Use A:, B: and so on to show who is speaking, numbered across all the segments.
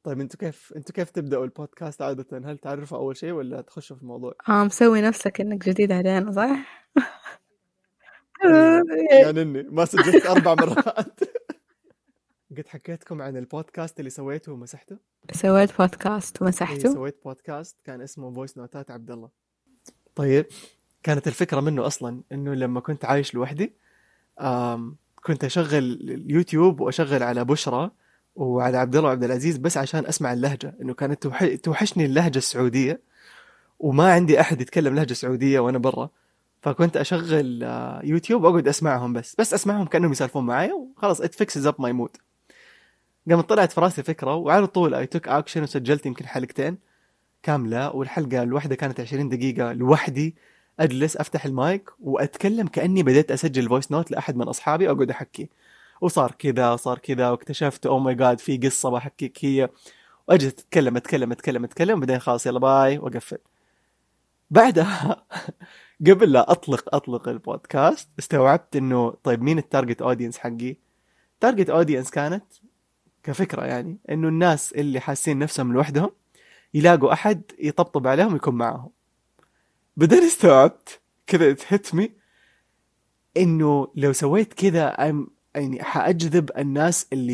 A: طيب انتوا كيف تبدأوا البودكاست عادة؟ هل تعرفوا أول شيء ولا تخشوا في الموضوع؟
B: مسوي نفسك إنك جديد علينا صح؟
A: أيوة، يعني إني ما سجلت 4 مرات. قد حكيتكم عن البودكاست اللي سويته ومسحته؟
B: سويت بودكاست
A: إيه،
B: ومسحته.
A: سويت بودكاست كان اسمه فويس نوتات عبد الله. طيب، كانت الفكرة منه أصلا إنه لما كنت عايش لوحدي كنت أشغل اليوتيوب وأشغل على بشرى وعلى عبد الله وعبد العزيز بس عشان أسمع اللهجة، إنه كانت توحشني اللهجة السعودية، وما عندي أحد يتكلم لهجة سعودية وأنا برا. فكنت أشغل يوتيوب وأقعد أسمعهم بس أسمعهم كأنهم يسالفون معايا وخلاص it fixes up my mood. قامت طلعت في راسي فكرة وعلى طول I took action وسجلت يمكن حلقتين كاملة، والحلقة الواحدة كانت 20 دقيقة لوحدي، أجلس أفتح المايك وأتكلم كأني بديت أسجل فويس نوت لأحد من أصحابي وأقعد أحكي، وصار كذا صار كذا واكتشفت أوه ماي جاد في قصة بحكيك هي، وأجلس أتكلم بعدين خلاص يلا باي وأقفل. بعدها قبل لا أطلق البودكاست استوعبت إنه طيب مين التارجت أودينس حقي؟ التارجت أودينس كانت كفكرة يعني إنه الناس اللي حاسين نفسهم لوحدهم يلاقوا أحد يطبطب عليهم يكون معهم. بعدين استوعبت كذا تهتمي إنه لو سويت كذا يعني حأجذب الناس اللي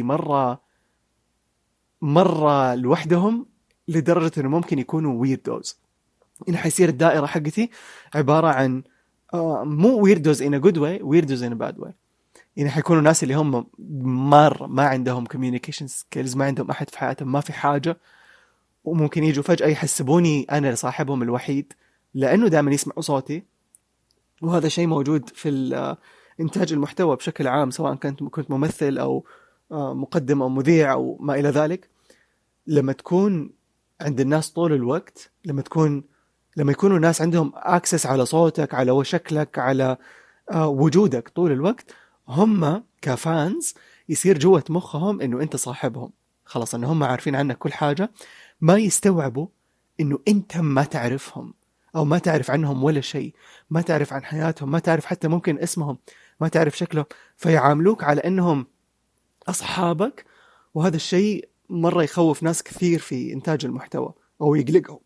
A: مرة لوحدهم لدرجة إنه ممكن يكونوا ويردوز. إنه حيصير الدائرة حقتي عبارة عن مو ويردوز in a good way, ويردوز in a bad way. يعني حيكونوا ناس اللي هم مرة ما عندهم communication skills، ما عندهم أحد في حياتهم، ما في حاجة، وممكن يجوا فجأة يحسبوني أنا صاحبهم الوحيد لأنه دائما يسمعوا صوتي. وهذا شيء موجود في إنتاج المحتوى بشكل عام، سواء كنت ممثل أو مقدم أو مذيع أو ما إلى ذلك. لما تكون عند الناس طول الوقت، لما يكونوا الناس عندهم أكسس على صوتك، على شكلك، على وجودك طول الوقت، هم كفانز يصير جوة مخهم إنه أنت صاحبهم، خلاص إنه هم عارفين عنك كل حاجة. ما يستوعبوا إنه أنت ما تعرفهم أو ما تعرف عنهم ولا شيء، ما تعرف عن حياتهم، ما تعرف حتى ممكن اسمهم، ما تعرف شكلهم، فيعاملوك على إنهم أصحابك. وهذا الشيء مرة يخوف ناس كثير في إنتاج المحتوى أو يقلقهم.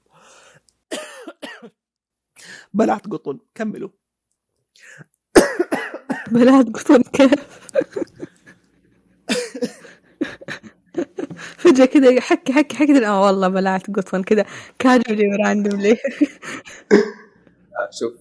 A: بلعت قطن، كملوا.
B: بلعت قطن كيف؟ فجأة كده حكي والله بلعت قطن كده كاجولي وراندوملي.
C: شوف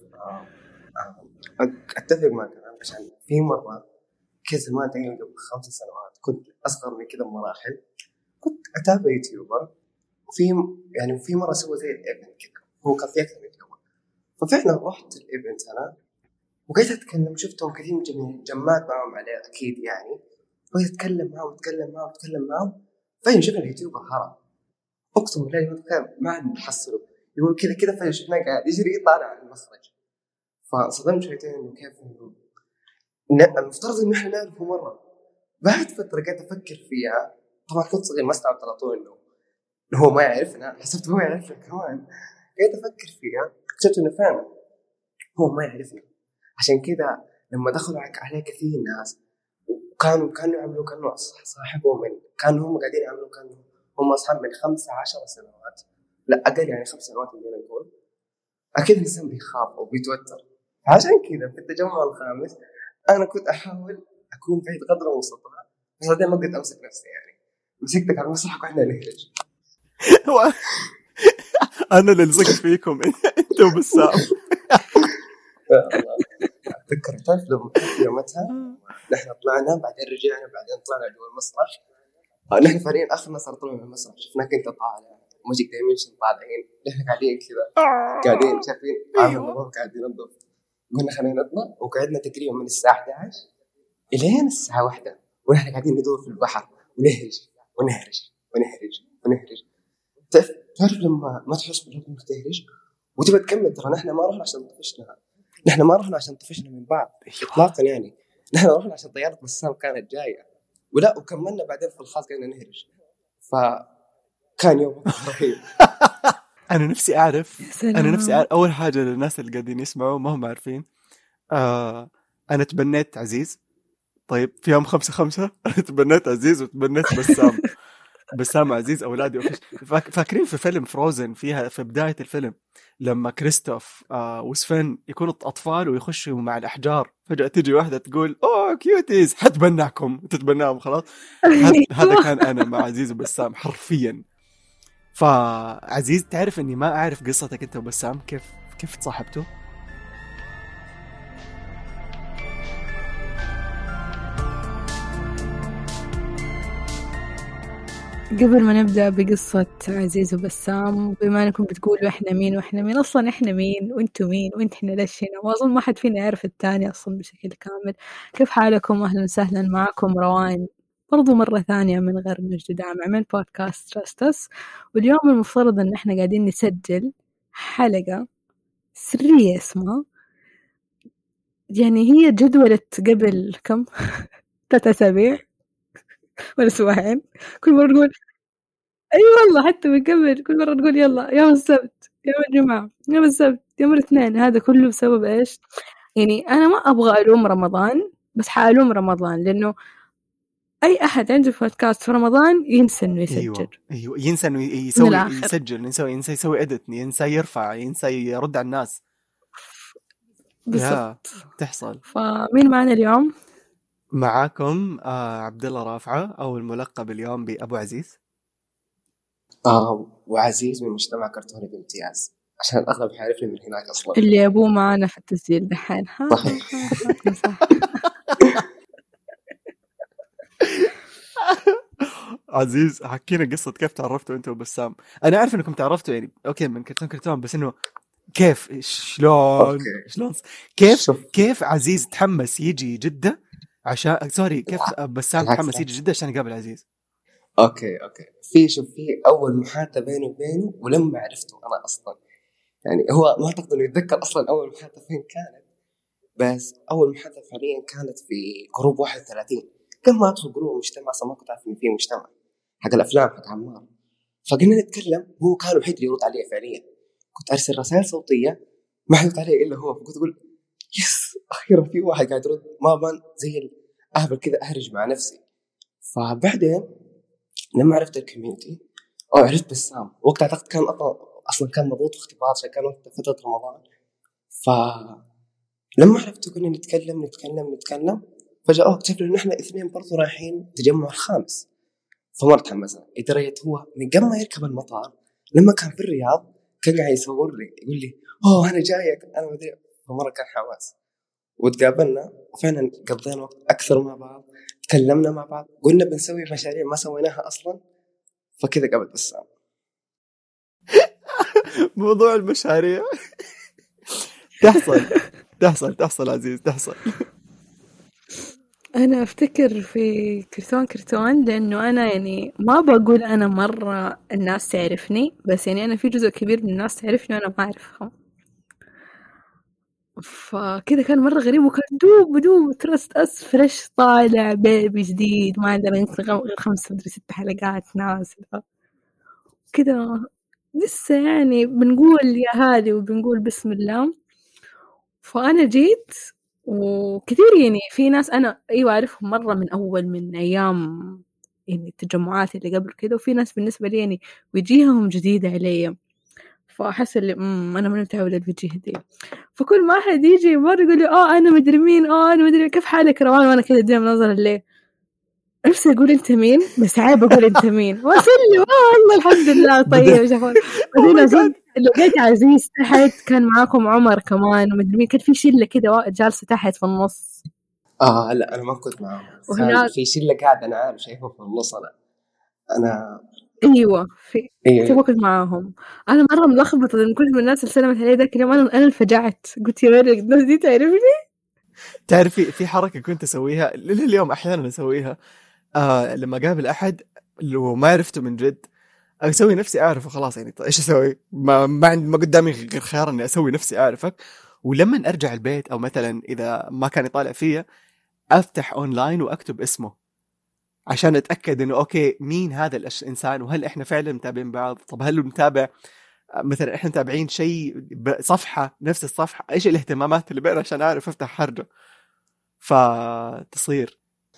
C: أتفق معك عشان في مرة كذا ما تقريبا قبل 5 سنوات كنت أصغر من كذا بمراحل، كنت أتابع يوتيوبر وفي مرة سوى زي الإيفنت كذا، هو كان في أكثر من يوتيوبر، ففعلا رحت الإيفنت أنا وقيت أتكلم، شفتهم كثير من جمعت معهم عليه أكيد يعني، وقيت أتكلم معهم فين شفنا اليوتيوبر هرب، أقسم بالله يوم ما عندي نحصله يقول كذا فجأة شفناه قاعد يجري طالع على المخرج، فصدمت شويتين إنه كيف إنه المفترض إنه إحنا نعرفه مرة. بعد فترة قاعد أفكر فيها، طبعا كنت صغير ما استوعبت على طول إنه هو ما يعرفنا، حسبت هو يعرفنا كمان. قاعد أفكر فيها اكتشفت إنه فعلا هو ما يعرفنا، عشان كذا لما دخلوا عليه كثير ناس كانوا يعملوا كانوا صاحبهم، كانوا هم قاعدين يعملوا كانوا هم أصحاب من 15 سنوات، لا أقل يعني 5 سنوات اللي نقول. أكيد الإنسان بيخاف وبيتوتر، عشان كذا في التجمع الخامس أنا كنت أحاول أكون بعيد قدر المستطاع، بس بعدين ما قدرت أمسك نفسي يعني، مسكتك على المسرح وإحنا نهرج.
A: أنا اللي لزقت فيكم أنتوا بالسام.
C: أتذكر تعرف يومتها نحن طلعنا بعدين رجعنا بعدين طلعنا جوا المسرح، نحن فعليا آخر ناس طلعنا من المسرح شفناك أنت طالع وماجيك دايمنشن طالعين، نحن قاعدين كذا قاعدين شايفين عامل نظام قاعدين ننظف، قلنا خلينا نطلع، وقعدنا تقريبا من الساعة 11 إلين الساعة 1 ونحن قاعدين ندور في البحر ونهرج. تعرف لما ما تحس بالحب تهرج وتبى تكمل، ترى نحن ما رحنا عشان طفشنا من بعض إطلاقا يعني، نحن رحنا عشان طيارة بسام كانت جاية وكملنا بعدين في الخاص قاعدين نهرج، فكان يوم رهيب.
A: أنا نفسي أعرف أول حاجة للناس اللي قاعدين يسمعوا ما هم عارفين، أنا تبنيت عزيز. طيب في يوم 5/5 أنا تبنيت عزيز وتبنيت بسام. بسام عزيز أولادي فاكرين في فيلم فروزن فيها في بداية الفيلم لما كريستوف وسفن يكونوا أطفال ويخشوا مع الأحجار، فجأة تجي واحدة تقول أوه كيوتيز حتبناكم، تتبناهم خلاص. هذا كان أنا مع عزيز وبسام حرفيا. فعزيز تعرف إني ما أعرف قصتك أنت وبسام كيف تصاحبتوا؟
B: قبل ما نبدأ بقصة عزيز وبسام، بما أنكم بتقولوا إحنا مين أصلا إحنا مين وإنتوا مين وإحنا ليش هنا، وأظن ما حد فينا يعرف التاني أصلا بشكل كامل. كيف حالكم؟ أهلا وسهلا، معكم روان برضو مرة ثانية من غير مجد دعم من بودكاست تراستس. واليوم المفترض إن إحنا قاعدين نسجل حلقة سرية اسمها، يعني هي جدولت قبل كم 3 أسابيع ولا أسبوعين. كل مرة نقول أي والله، حتى من قبل كل مرة نقول يلا يوم السبت، يوم الجمعة، يوم السبت، يوم الاثنين. هذا كله بسبب إيش؟ يعني أنا ما أبغى ألوم رمضان، بس حألوم رمضان لأنه أي أحد عنده بودكاست في رمضان ينسى إنه يسجل.
A: أيوة ينسى إنه
B: من
A: يسوي
B: الآخر.
A: يسجل، ينسى يسوي إديت، ينسى يرفع، ينسى يرد على الناس.
B: بالضبط.
A: تحصل.
B: فمين معنا اليوم؟
A: معاكم عبد الله رافعة، أو الملقب اليوم بأبو عزيز.
C: وعزيز من مجتمع كرتوني بامتياز، عشان الأغلب يعرفني من هناك أصلا.
B: اللي أبوه معنا في التسجيل دحين.
C: صحيح.
A: عزيز حكينا قصة كيف تعرفتوا أنت وبسام. أنا أعرف أنكم تعرفتوا يعني أوكي من كرتون، بس إنه كيف شلون كيف عزيز تحمس يجي جدة عشان كيف بسام تحمس يجي جدة عشان يقابل عزيز.
C: اوكي في اول محادثه بيني وبينه، ولما عرفته انا اصلا يعني هو ما اعتقد انه يتذكر اصلا اول محادثه فين كانت، بس اول محادثه فعليا كانت في جروب 31. قبل ما ادخل جروب مجتمع اصلا ما كنت اعرف ان في مجتمع حق الافلام حق عمار، فقلنا نتكلم. هو كان الوحيد اللي يرد علي فعليا. كنت ارسل رسائل صوتيه ما حد يرد علي الا هو، فكنت اقول يس اخيرا في واحد قاعد يرد، ما بان زي الاهبل كذا اهرج مع نفسي. فبعدين لما عرفت الكوميونتي عرفت بسام. وقت اعتقد كان اصلا كان مضغوط اختبار، عشان كان وقت فتره رمضان. فلما عرفته كنا نتكلم فجاه اكتشفنا ان احنا اثنين برضو رايحين تجمع الخامس. فمرة تحمسنا لدرجة هو من قبل ما يركب المطار لما كان في الرياض كان قاعد يصور لي يقول لي انا جايك انا ما ادري. فمرة كان حماس، وتقابلنا وفعلا قضينا وقت اكثر مع بعض، تكلمنا مع بعض، قلنا بنسوي مشاريع ما سويناها اصلا. فكذا قبل بسام.
A: موضوع المشاريع تحصل عزيز تحصل.
B: أنا أفتكر في كرتون لأنه أنا يعني ما بقول أنا مرة الناس تعرفني، بس يعني أنا في جزء كبير من الناس تعرفني وأنا ما أعرفهم. فكذا كان مرة غريب، وكان دوب ترست أس فريش طالع بيبي جديد، ما عندنا غير 5 مدري 6 حلقات نازلة كذا لسه، يعني بنقول يا هادي وبنقول بسم الله. فأنا جيت وكثير يعني في ناس أنا أيوة أعرفهم مرة من أول من أيام يعني التجمعات اللي قبل كده، وفي ناس بالنسبة لي يعني وجيههم جديدة علي، فأحس اللي أنا ما متعودة الوجيه دي. فكل ما أحد يجي مرة يقول لي أنا مدري مين، أنا مدري كيف حالك روان، وأنا كده دايما نظرة ليه نفسي أقول أنت مين، بس عيب أقول أنت مين وأسلم والله الحمد لله طيب شكرا. بعدين أصدق لقيت عزيز تحت، كان معاكم عمر كمان ومدري مين، كان في شلة كده جالسة تحت في النص.
C: لا أنا ما كنت معهم،
B: وهناك
C: في شلة قاعد أنا عارف شايفه في النص. أنا
B: أيوة في وقت معاهم. أنا مرة ملخبطة لأن كل من الناس اللي سلمت علي ذاك اليوم أنا انفجعت، قلت يا ويلك الناس دي تعرفني.
A: تعرفي في حركة كنت أسويها لليوم أحيانا أسويها لما قابل أحد لو ما عرفته من جد أسوي نفسي أعرفه خلاص. يعني إيش أسوي؟ ما قدامي غير خيار إني أسوي نفسي أعرفك، ولما أرجع البيت أو مثلا إذا ما كان يطالع فيا أفتح أونلاين وأكتب اسمه عشان أتأكد إنه أوكي مين هذا الإنسان، وهل إحنا فعلا متابعين بعض. طب هل متابع مثلا إحنا متابعين شيء صفحة نفس الصفحة، إيش الاهتمامات اللي بيننا عشان أعرف أفتح حرجة فتصير.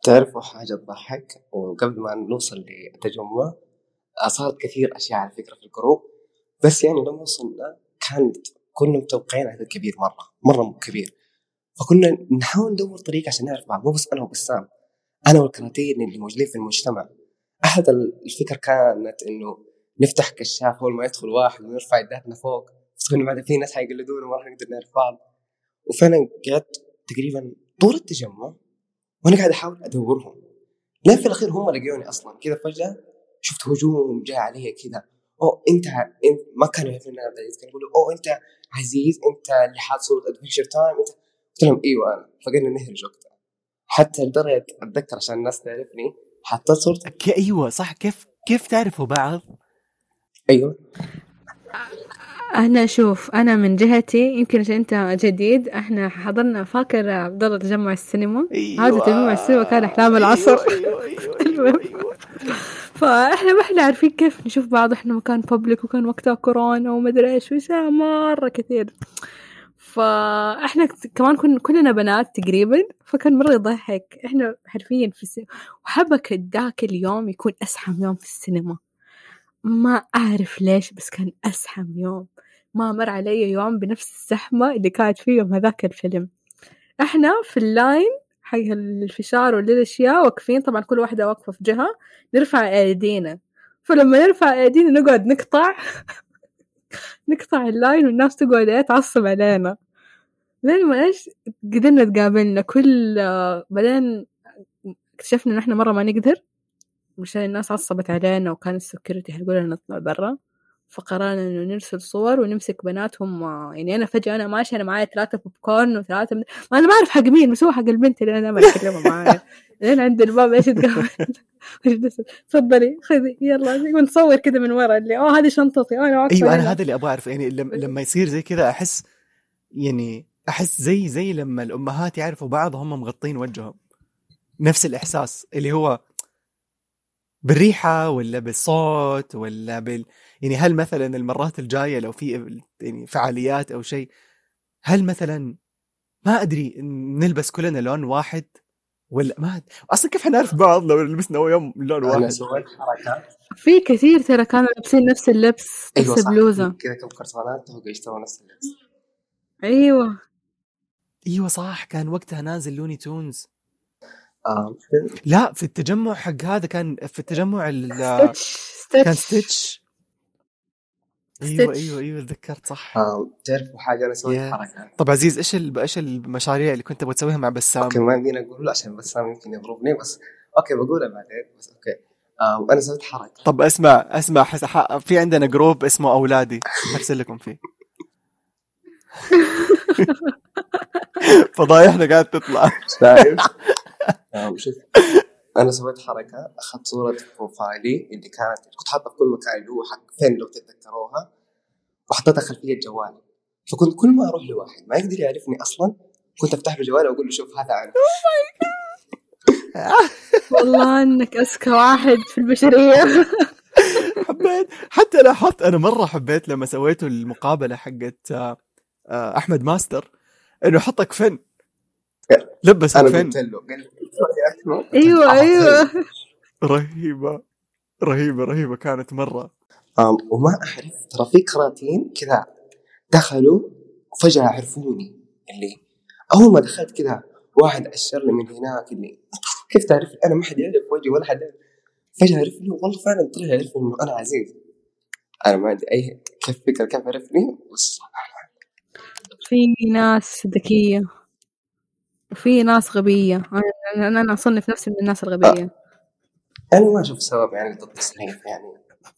C: تعرفوا حاجة تضحك؟ وقبل ما نوصل للتجمع صارت كثير أشياء على فكرة في الجروب، بس يعني لما وصلنا كنا متوقعين عدد كبير مرة كبير، فكنا نحاول ندور طريقة عشان نعرف بعض، مو بس أنا وبسام، أنا والكراتين اللي موجودين في المجتمع. أحد الفكر كانت إنه نفتح كشاف أول ما يدخل واحد ونرفع يداتنا فوق، بس كنا بعد في ناس حيقلدونا وما راح نقدر نعرف بعض. وفعلا قعدت تقريبا طول التجمع وأنا قاعد أحاول أدورهم، لين في الأخير هم لقيوني أصلا كذا. فجأة شفت هجوم جاء علي كذا، أو أنت ما كانوا يعرفون أنا عزيز، كانوا يقولوا أو أنت عزيز، أنت اللي حاط صورة أدفنشر تايم أنت. قلت لهم أيوة أنا. فقلنا نهرج وقتها، حتى لدرجة أتذكر عشان الناس تعرفني حطيت صورة.
A: ايوه صح. كيف تعرفوا بعض؟
C: أيوة
B: أنا شوف، أنا من جهتي يمكن عشان أنت جديد، إحنا حضرنا، فاكر عبد الله تجمع السينما؟
A: أيوة.
B: هذا تجمع السينما كان أحلام العصر.
A: أيوة.
B: فإحنا ما إحنا عارفين كيف نشوف بعض، إحنا مكان بابليك وكان وقتها كورونا ومدري إيش وشيء مرة كثير. فإحنا كمان كلنا بنات تقريبا، فكان مرة يضحك. إحنا حرفيا في السينما، وحبك ذاك اليوم يكون أزحم يوم في السينما، ما أعرف ليش بس كان أزحم يوم. ما مر علي يوم بنفس الزحمة اللي كانت فيه يوم هذاك الفيلم. إحنا في اللاين حق الفشار والأشياء واقفين، طبعا كل واحدة واقفة في جهة، نرفع أيدينا. فلما نرفع أيدينا نقعد نقطع اللاين، والناس تقعد تعصب علينا لين ما إيش قدرنا تقابلنا بعدين اكتشفنا إن إحنا مرة ما نقدر، مشان الناس عصبت علينا وكان السكيورتي هيقول لنا نطلع برا. فقررنا إنه نرسل صور ونمسك بناتهم. يعني أنا فجأة أنا ماشي، أنا معايا 3 بوب كورن و3 ما أنا ما أعرف حق مين، بس هو حق البنت اللي أنا ما أكلمها معايا. لين عند الباب إيش تقابل تفضلي خذي يلا، ونصور كده من ورا اللي هذه شنطتي أنا واقفة.
A: أيوة أنا هذا اللي أبغى أعرف، يعني لما يصير زي كذا أحس زي لما الأمهات يعرفوا بعض هم مغطين وجههم، نفس الإحساس اللي هو بالريحة ولا بالصوت ولا يعني هل مثلا المرات الجاية لو في يعني فعاليات أو شيء، هل مثلا ما أدري نلبس كلنا لون واحد ولا ما أصلا كيف حنعرف بعض لو لبسنا يوم لون واحد؟
C: أنا سويت حركات
B: في كثير ترى كانوا لابسين نفس اللبس، نفس
C: أيوة
B: البلوزة
C: كذا، كم كرتونات هو يشتروا نفس اللبس.
B: أيوة
A: صح، كان وقتها نازل لوني تونز.
C: فيلم.
A: لا في التجمع حق هذا كان في التجمع كان ستيتش. ايوه ذكرت صح.
C: تعرفوا حاجه انا سويت حركه.
A: طب عزيز ايش المشاريع اللي كنت تبغى تسويها مع بسام؟
C: اوكي ما يمدينا اقول عشان بسام يمكن يضربني، بس اوكي بقولها بعدين. بس اوكي انا سويت حركه.
A: طب اسمع في عندنا جروب اسمه اولادي، ارسل لكم فيه. فضايحنا قاعد تطلع.
C: شوف انا سويت حركه، اخذت صوره بروفايلي اللي كنت حاطه في كل مكان اللي هو حق فين لو تتذكروها، وحطيتها خلفيه جوالي. فكنت كل ما اروح لواحد ما يقدر يعرفني اصلا كنت افتح له جوالي واقول له شوف هذا انا.
B: والله انك اذكى واحد في البشريه.
A: حبيت حتى لاحظت انا مره حبيت لما سويته المقابله حقت احمد ماستر انه حطك فن لبس
C: انا
A: فن.
C: قلت له
B: ايوه
A: رهيبه كانت مره.
C: وما اعرف ترى في كراتين كذا دخلوا وفجاه عرفوني، اللي اول ما دخلت كذا واحد اشر لي من هناك، اللي كيف تعرف انا ما حد يعرف وجهي ولا حد فجاه عرفني. والله فعلا طلع يعرف انه انا عزيز. انا ما ادري اي كيف عرفني، بس
B: في ناس ذكيه وفي ناس غبيه. انا اصنف نفسي من الناس الغبيه.
C: انا ما اشوف سبب يعني ضد التصنيف يعني.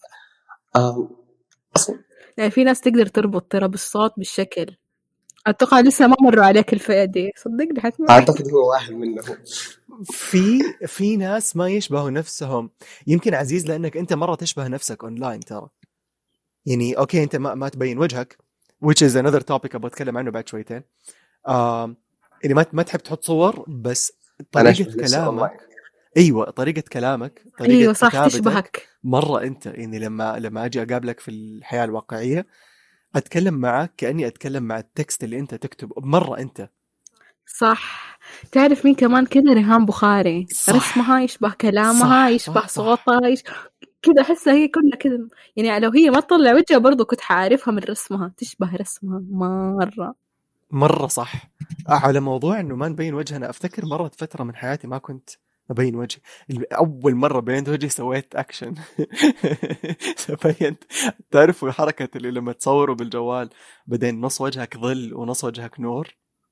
C: اصلا
B: يعني في ناس تقدر تربط ترى بالصوت بالشكل. اتوقع لسه ما مروا عليك الفئه دي، صدقني حتى
C: اعتقد هو واحد منهم.
A: في ناس ما يشبهوا نفسهم. يمكن عزيز لانك انت مره تشبه نفسك اونلاين ترى، يعني اوكي انت ما تبين وجهك which is another topic ابغى اتكلم عنه بعد شويتين. يعني ما تحب تحط صور، بس طريقه كلامك ايوه طريقه كلامك طريقه
B: ايوه صح تشبهك
A: مره انت. يعني لما اجي اقابلك في الحياه الواقعيه اتكلم معك كاني اتكلم مع التكست اللي انت تكتب مره انت.
B: صح. تعرف مين كمان كده؟ ريهام بخاري.
A: صح.
B: رسمها يشبه كلامها،
A: صح،
B: يشبه
A: صح، صح.
B: صوتها، كده أحسها هي كلها كده. يعني لو هي ما تطلع وجهها برضو كنت حعرفها من رسمها، تشبه رسمها
A: مرة صح. على موضوع انه ما نبين وجهنا، افتكر مرت فترة من حياتي ما كنت ابين وجهي. اول مرة بينت وجهي سويت اكشن. بينت، تعرفوا حركة اللي لما تصوروا بالجوال بعدين نص وجهك ظل ونص وجهك نور.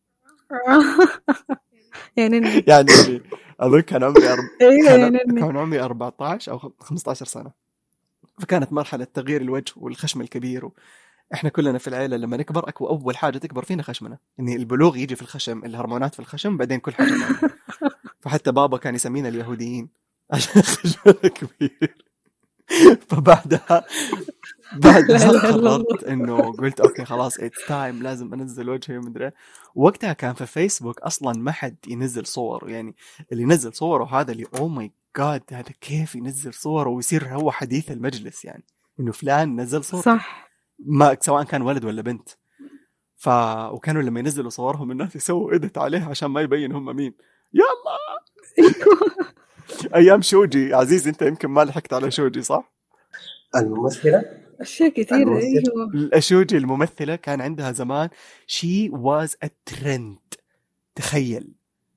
B: يعني
A: يعني اللي اظن كان عمري
B: يعني
A: كان عمري 14 او 15 سنة، فكانت مرحلة تغيير الوجه والخشم الكبير. احنا كلنا في العيله لما نكبر اول حاجه تكبر فينا خشمنا، يعني البلوغ يجي في الخشم، الهرمونات في الخشم، بعدين كل حاجه ثانيه. فحتى بابا كان يسمينا اليهوديين عشان خشمنا كبير. فبعدها قررت انه قلت اوكي خلاص اتس تايم، لازم انزل وجهي ومدري. وقتها كان في فيسبوك اصلا ما حد ينزل صور، يعني اللي ينزل صوره هذا اللي او ماي جاد هذا كيف ينزل صوره ويصير هو حديث المجلس، يعني انه فلان نزل صورته.
B: صح.
A: ما سواء كان ولد ولا بنت. وكانوا لما ينزلوا صورهم الناس يسووا إدت عليها عشان ما يبين هم مين. يلا. ايام شوجي عزيز، انت يمكن ما لحقت على شوجي صح؟
C: الممثلة
B: أشياء كثير. أيوة.
A: الشوجي الممثلة كان عندها زمان she was a trend. تخيل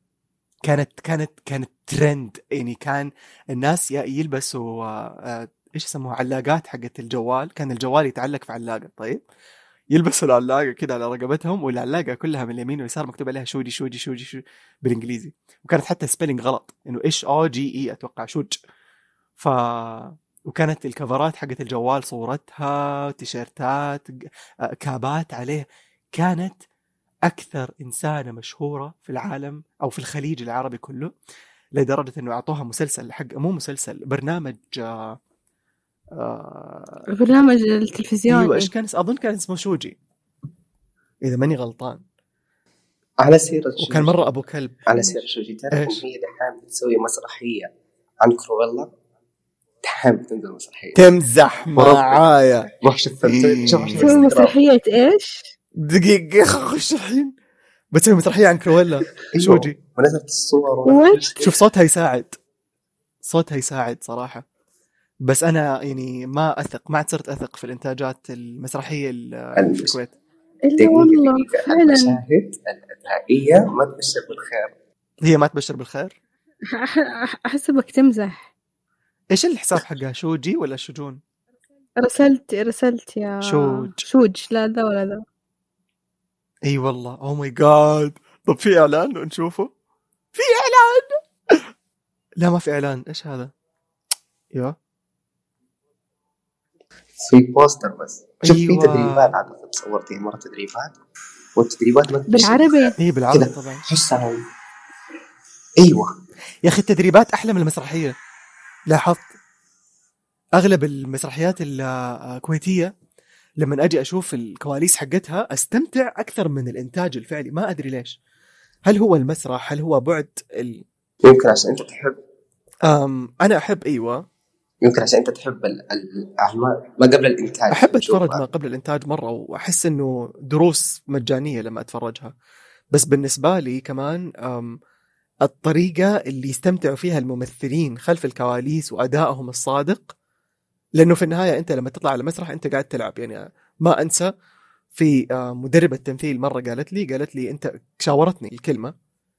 A: كانت ترند، يعني كان الناس يلبسوا ايش يسموها علاقات حقت الجوال، كان الجوال يتعلق في علاقة. طيب يلبسوا العلاقة كده على رقبتهم، والعلاقة كلها من اليمين واليسار مكتوب عليها شوجي شوجي شوجي شوجي بالإنجليزي، وكانت حتى سبيلنج غلط انه SHOGE اتوقع شوج. وكانت الكفرات حقت الجوال صورتها، تيشيرتات، كابات عليه. كانت أكثر إنسانة مشهورة في العالم أو في الخليج العربي كله، لدرجة أنه أعطوها مسلسل مو مسلسل، برنامج
B: برنامج التلفزيوني.
A: أيوة إيش كان أظن كان اسمه شوجي إذا ماني غلطان.
C: على سيرة
A: وكان مرة أبو كلب.
C: على سيرة شوجي، تعرف إن هي دحين بتسوي مسرحية عن كرويلا. دحين بتنزل مسرحية.
A: تمزح معايا؟
C: روح شوف
B: تسوي مسرحية إيش؟
A: دقيقة خش الحين بتسوي مسرحية عن كرويلا. شوجي
C: ونزلت الصور
A: شوف صوتها يساعد صراحة. بس أنا يعني ما صرت أثق في الإنتاجات المسرحية في الكويت.
B: والله فعلا
C: المشاهد الأدائية ما تبشر بالخير.
A: هي ما تبشر بالخير.
B: أحسبك تمزح.
A: إيش الحساب حقها، شوجي ولا شجون؟
B: رسلت يا شوج. لا ذا ولا ذا.
A: اي والله. او ماي جاد. طب في اعلان نشوفه؟ في اعلان؟ لا ما في اعلان. ايش هذا؟ ايوه
C: في بوستر بس. شوف في تدريبات عاد صورتين مرة تدريبات، والتدريبات
B: بالعربي.
A: اي بالعربي طبعا.
C: حسها ايوه
A: يا اخي التدريبات احلى من المسرحيه. لاحظت اغلب المسرحيات الكويتيه لما اجي اشوف الكواليس حقتها استمتع اكثر من الانتاج الفعلي. ما ادري ليش، هل هو المسرح، هل هو بعد
C: يمكن عشان انت تحب.
A: انا احب. ايوه
C: يمكن عشان انت تحب الاعمال ما قبل الانتاج.
A: احب اتفرج ما قبل الانتاج مره، واحس انه دروس مجانيه لما اتفرجها. بس بالنسبه لي كمان الطريقه اللي يستمتعوا فيها الممثلين خلف الكواليس وادائهم الصادق، لانه في النهايه انت لما تطلع على مسرح انت قاعد تلعب. يعني ما انسى في مدربة تمثيل مرة قالت لي انت شاورتني الكلمة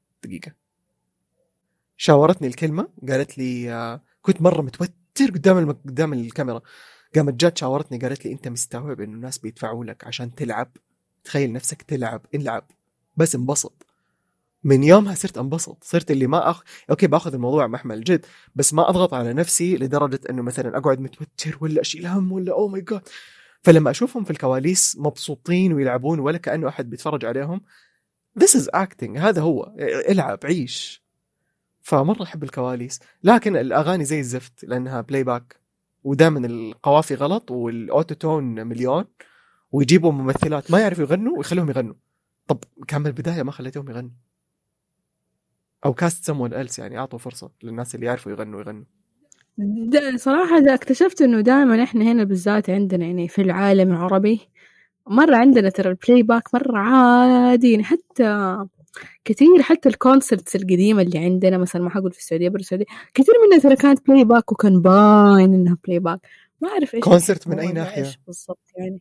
A: قالت لي كنت مرة متوتر قدام الكاميرا، قامت جات شاورتني قالت لي انت مستوعب انه الناس بيدفعوا لك عشان تلعب؟ تخيل نفسك تلعب، العب بس انبسط. من يومها صرت انبسط، صرت اللي ما اوكي باخذ الموضوع محمل جد، بس ما اضغط على نفسي لدرجة انه مثلا اقعد متوتر ولا اشيل هم ولا او ماي جاد. فلما اشوفهم في الكواليس مبسوطين ويلعبون ولا كأنه احد بيتفرج عليهم، this is acting. هذا هو، العب عيش. فمرة احب الكواليس. لكن الاغاني زي الزفت لانها بلاي باك، ودائما القوافي غلط والاوتوتون مليون، ويجيبوا ممثلات ما يعرفوا يغنوا ويخلوهم يغنوا. طب كان من البداية ما خليتهم يغنوا، او كاست someone else، يعني اعطوا فرصة للناس اللي يعرفوا يغنوا.
B: صراحة دا اكتشفت انه دائما احنا هنا بالذات عندنا يعني في العالم العربي مرة عندنا ترى البلاي باك مرة عادي. يعني حتى كثير. حتى الكونسرتس القديمة اللي عندنا مثلا، ما حقول في السعودية، برا السعودية، كثير منها ترى كانت بلاي باك، وكان باين إنها بلاي باك. ما أعرف إيش
A: كونسرت من
B: يحبوا
A: أي
B: ولا
A: ناحية؟
B: إيش بالضبط يعني.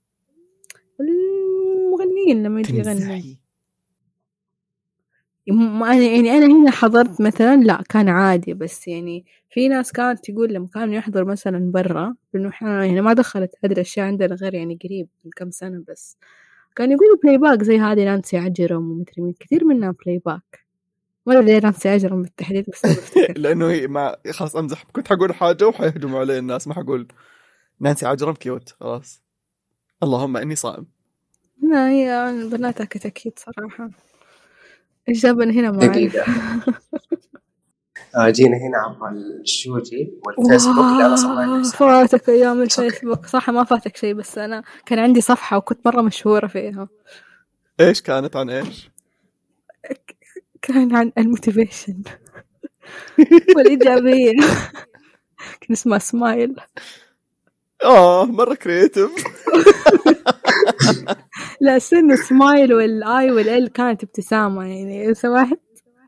B: المغنيين لما يجي يغنوا،
A: تمزحي؟
B: أنا يعني أنا هنا حضرت مثلا، لا كان عادي، بس يعني في ناس كانت تقول لما كانوا يحضر مثلا برا، لأنه إحنا يعني ما دخلت هذه الأشياء عندنا غير يعني قريب من كم سنة، بس كان يقولوا بلاي باك زي هذه نانسي عجرم ومدري مين، كثير منها بلاي باك. ولا ليه نانسي عجرم بالتحديد، بس ما بفتكر.
A: لأنه هي ما خلاص أمزح، كنت حقول حاجة وحيهجموا علي الناس، ما حقول نانسي عجرم كيوت خلاص، اللهم إني صائم.
B: لا هي بناتها كتاكيت صراحة. إيش جابنا هنا ما أعرف.
C: دقيقة. جينا هنا عبر الشوجي والفيسبوك اللي أنا صراحة نفسي.
B: فاتك أيام
C: It's okay.
B: الفيسبوك. صح ما فاتك شيء، بس أنا كان عندي صفحة وكنت مرة مشهورة فيها.
A: إيش كانت عن إيش؟
B: كان عن الموتيفيشن والإيجابية. كان اسمها سمايل.
A: مرة كرياتيف.
B: لا سنة سمايل، والآي والإل كانت ابتسامة يعني، سمحت.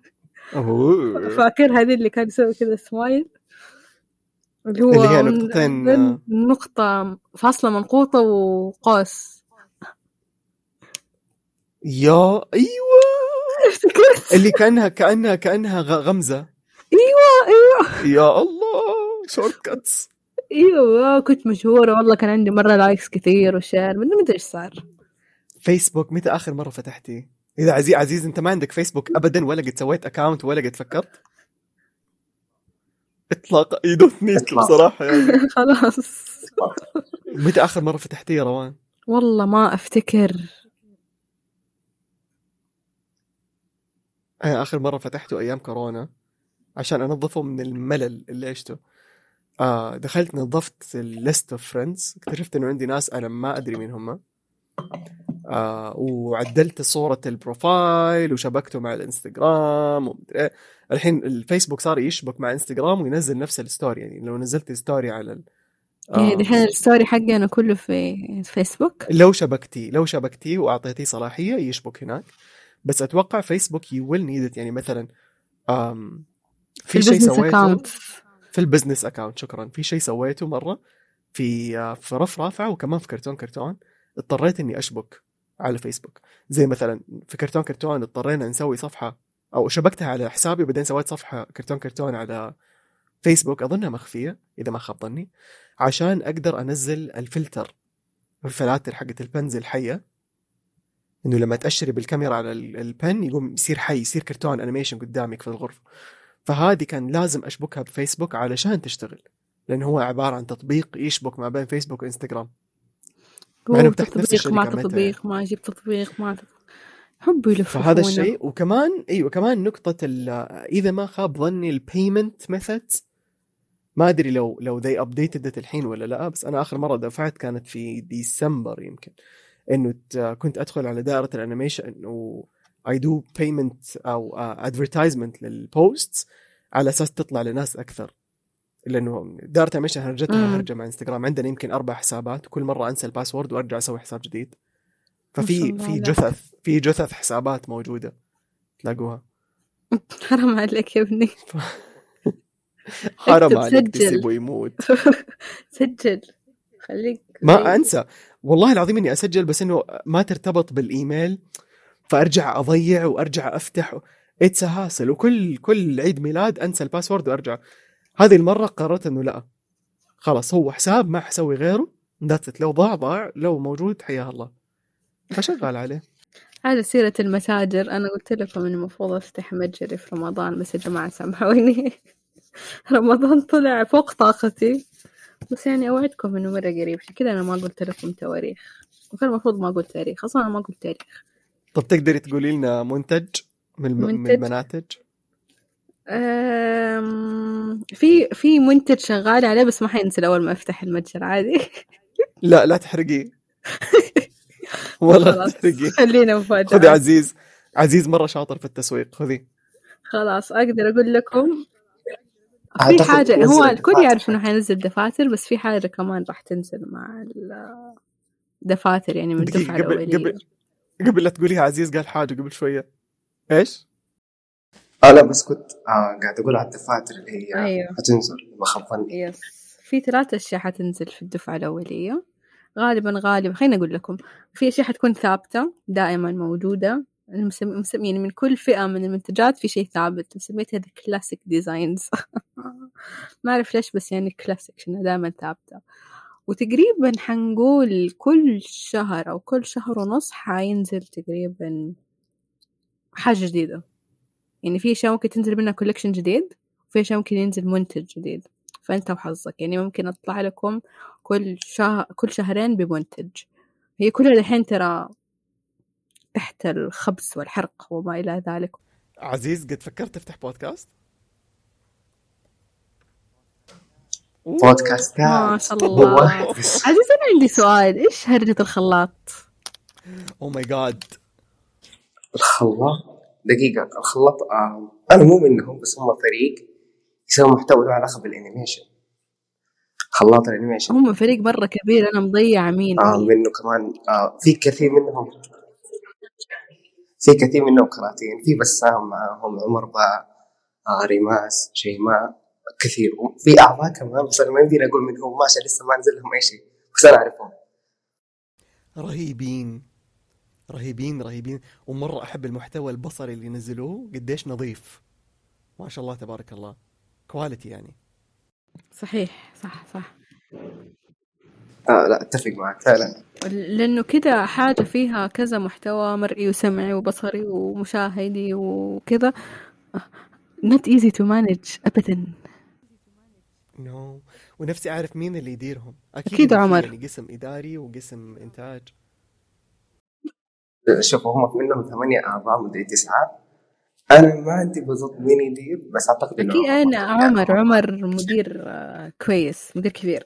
B: فاكر هذه اللي كان يسوي كذا سمايل، اللي هو
A: اللي هي نقطتين،
B: نقطة فاصلة منقوطة وقوس.
A: يا أيوة،
B: افتكرت.
A: اللي كأنها غمزة.
B: ايوه
A: يا الله، شورت كاتس.
B: ايوه كنت مشهورة والله، كان عندي مرة لايكس كثير وشير، من مدري ايش صار.
A: فيسبوك متى آخر مرة فتحتي؟ إذا عزيز أنت ما عندك فيسبوك أبدا، ولا قد سويت أكاونت، ولا قد فكرت إطلاق، you don't need to بصراحة يعني.
B: خلاص.
A: متى آخر مرة فتحتي يا روان؟
B: والله ما افتكر.
A: أنا آخر مرة فتحته أيام كورونا عشان أنظفه من الملل اللي عشته. دخلت نظفت الليست اوف فريندز، اكتشفت إنه عندي ناس أنا ما أدري مين هم. وعدلت صورة البروفايل وشبكته مع الانستغرام ومدري. الحين الفيسبوك صار يشبك مع انستغرام وينزل نفس الستوري، يعني لو نزلت ستوري على
B: يعني الحين الستوري حقي أنا كله في فيسبوك.
A: لو شبكتي وأعطيتيه صلاحية يشبك هناك. بس أتوقع فيسبوك you will need it، يعني مثلا في شيء سويته في البزنس أكاونت، شكرا، في شيء سويته مرة في رف رافعة، وكمان في كرتون اضطريت إني أشبك على فيسبوك. زي مثلا في كرتون اضطرينا نسوي صفحة، أو شبكتها على حسابي وبعدين سويت صفحة كرتون على فيسبوك، أظنها مخفية إذا ما خاب ظني، عشان أقدر أنزل الفلاتر حقت البنز الحية، إنه لما تأشري بالكاميرا على البن يقوم يصير حي، يصير كرتون أنيميشن قدامك في الغرفة. فهذه كان لازم أشبكها بفيسبوك علشان تشتغل، لأنه هو عبارة عن تطبيق يشبك ما بين فيسبوك وإنستغرام. مع إنه بتحت نفس الشركة،
B: ما تطبيق ما أجيب تطبيق ما حبوا يلفوا.
A: فهذا الشيء. وكمان كمان نقطة إذا ما خاب ظني البيمنت ميثودز، ما أدري لو they updated it الحين ولا لا، بس أنا آخر مرة دفعت كانت في ديسمبر يمكن، إنه كنت أدخل على دائرة الأنيميشن إنه I do payment أو advertisement للبوستس على أساس تطلع لناس أكثر، لأنه دائرة الأنيميشن هرجتها هرجة مع إنستغرام. عندنا يمكن 4 حسابات، كل مرة أنسى الباسورد وأرجع أسوي حساب جديد. في جثث حسابات موجودة تلاقوها.
B: حرام عليك يا ابني.
A: حرام عليك تسيبه يموت.
B: سجل خليك.
A: ما أنسى والله العظيم إني أسجل، بس إنه ما ترتبط بالإيميل، فأرجع أضيع وأرجع أفتح. إتسهاسل، وكل عيد ميلاد أنسى الباسورد وأرجع. هذه المرة قررت إنه لا، خلاص هو حساب ما حسوي غيره، لو ضاع، لو موجود حياه الله، فشغال عليه.
B: على سيرة المتاجر، أنا قلت لكم إنه المفروض أفتح متجري في رمضان، بس يا جماعة سامحوني. رمضان طلع فوق طاقتي، بس يعني أوعدكم إنه مرة قريب. كذا أنا ما قلت لكم تواريخ، وكان المفروض ما أقول تاريخ، أصلاً أنا ما قلت تاريخ.
A: طب تقدري تقولي لنا منتج من المناتج؟
B: في منتج شغال عليه، بس ما حينزل أول ما أفتح المتجر عادي.
A: لا تحرقي. والله تحرقي.
B: خلينا مفاجأة.
A: خذي عزيز مرة شاطر في التسويق، خذي.
B: خلاص أقدر أقول لكم في حاجة، هو الكل يعرف إنه حينزل دفاتر، بس في حاجة كمان راح تنزل مع الدفاتر، يعني من الدفعة الأولية.
A: قبل لا تقوليها، عزيز قال حاجة قبل شوية. ايش؟
C: لا بس كنت قاعد اقول على الدفاتر اللي هي
B: أيوه.
C: هتنزل ما خاب ظني.
B: يس، في 3 أشياء حتنزل في الدفعة الأولية غالبا. خليني أقول لكم، في أشياء حتكون ثابتة دائما موجودة، يعني من كل فئة من المنتجات في شيء ثابت، سميتها The Classic Designs. ما أعرف ليش، بس يعني كلاسيك عشان دائما ثابتة. وتقريبا حنقول كل شهر أو كل شهر ونص حينزل تقريبا حاجة جديدة. يعني في أشياء ممكن تنزل منها كولكشن جديد، وفي أشياء ممكن ينزل منتج جديد، فأنت وحظك. يعني ممكن أطلع لكم كل شهرين بمنتج. هي كلها الحين ترى تحت الخبز والحرق وما إلى ذلك.
A: عزيز، قد فكرت تفتح بودكاست؟
C: بودكاستات
B: ما شاء الله. عزيز، أنا عندي سؤال، إيش هرجة الخلاط؟
A: او ماي جاد،
C: الخلاط دقيقة. الخلاط أنا مو منهم، بس هم فريق يسوي محتوى له علاقة بالأنيميشن. خلاط الأنيميشن
B: هم فريق مرة كبير، أنا مضيع مين
C: منه كمان. في كثير منهم كراتين، في بسام معهم، عمر باء، ريماس، شيماء، كثير. في أعضاء كمان بس أنا ما يمديني أقول منهم، ماشي لسه ما نزل لهم أي شيء، بس أنا أعرفهم.
A: رهيبين. ومرة أحب المحتوى البصري اللي نزلوه، قديش نظيف، ما شاء الله تبارك الله، كواليتي يعني.
B: صحيح، صح.
C: لا أتفق معك فعلا،
B: لأنه كده حاجة فيها كذا محتوى مرئي وسمعي وبصري ومشاهدي وكذا، not easy to manage أبدا.
A: no. ونفسي أعرف مين اللي يديرهم.
B: أكيد عمر.
A: يعني قسم إداري وقسم إنتاج.
C: شوفوا هم منهم 8 أعضاء مدري 9. أنا ما عندي بالضبط مين يدير، بس أعتقد إنه
B: أكيد أنا عمر مدير كويس، مدير كبير.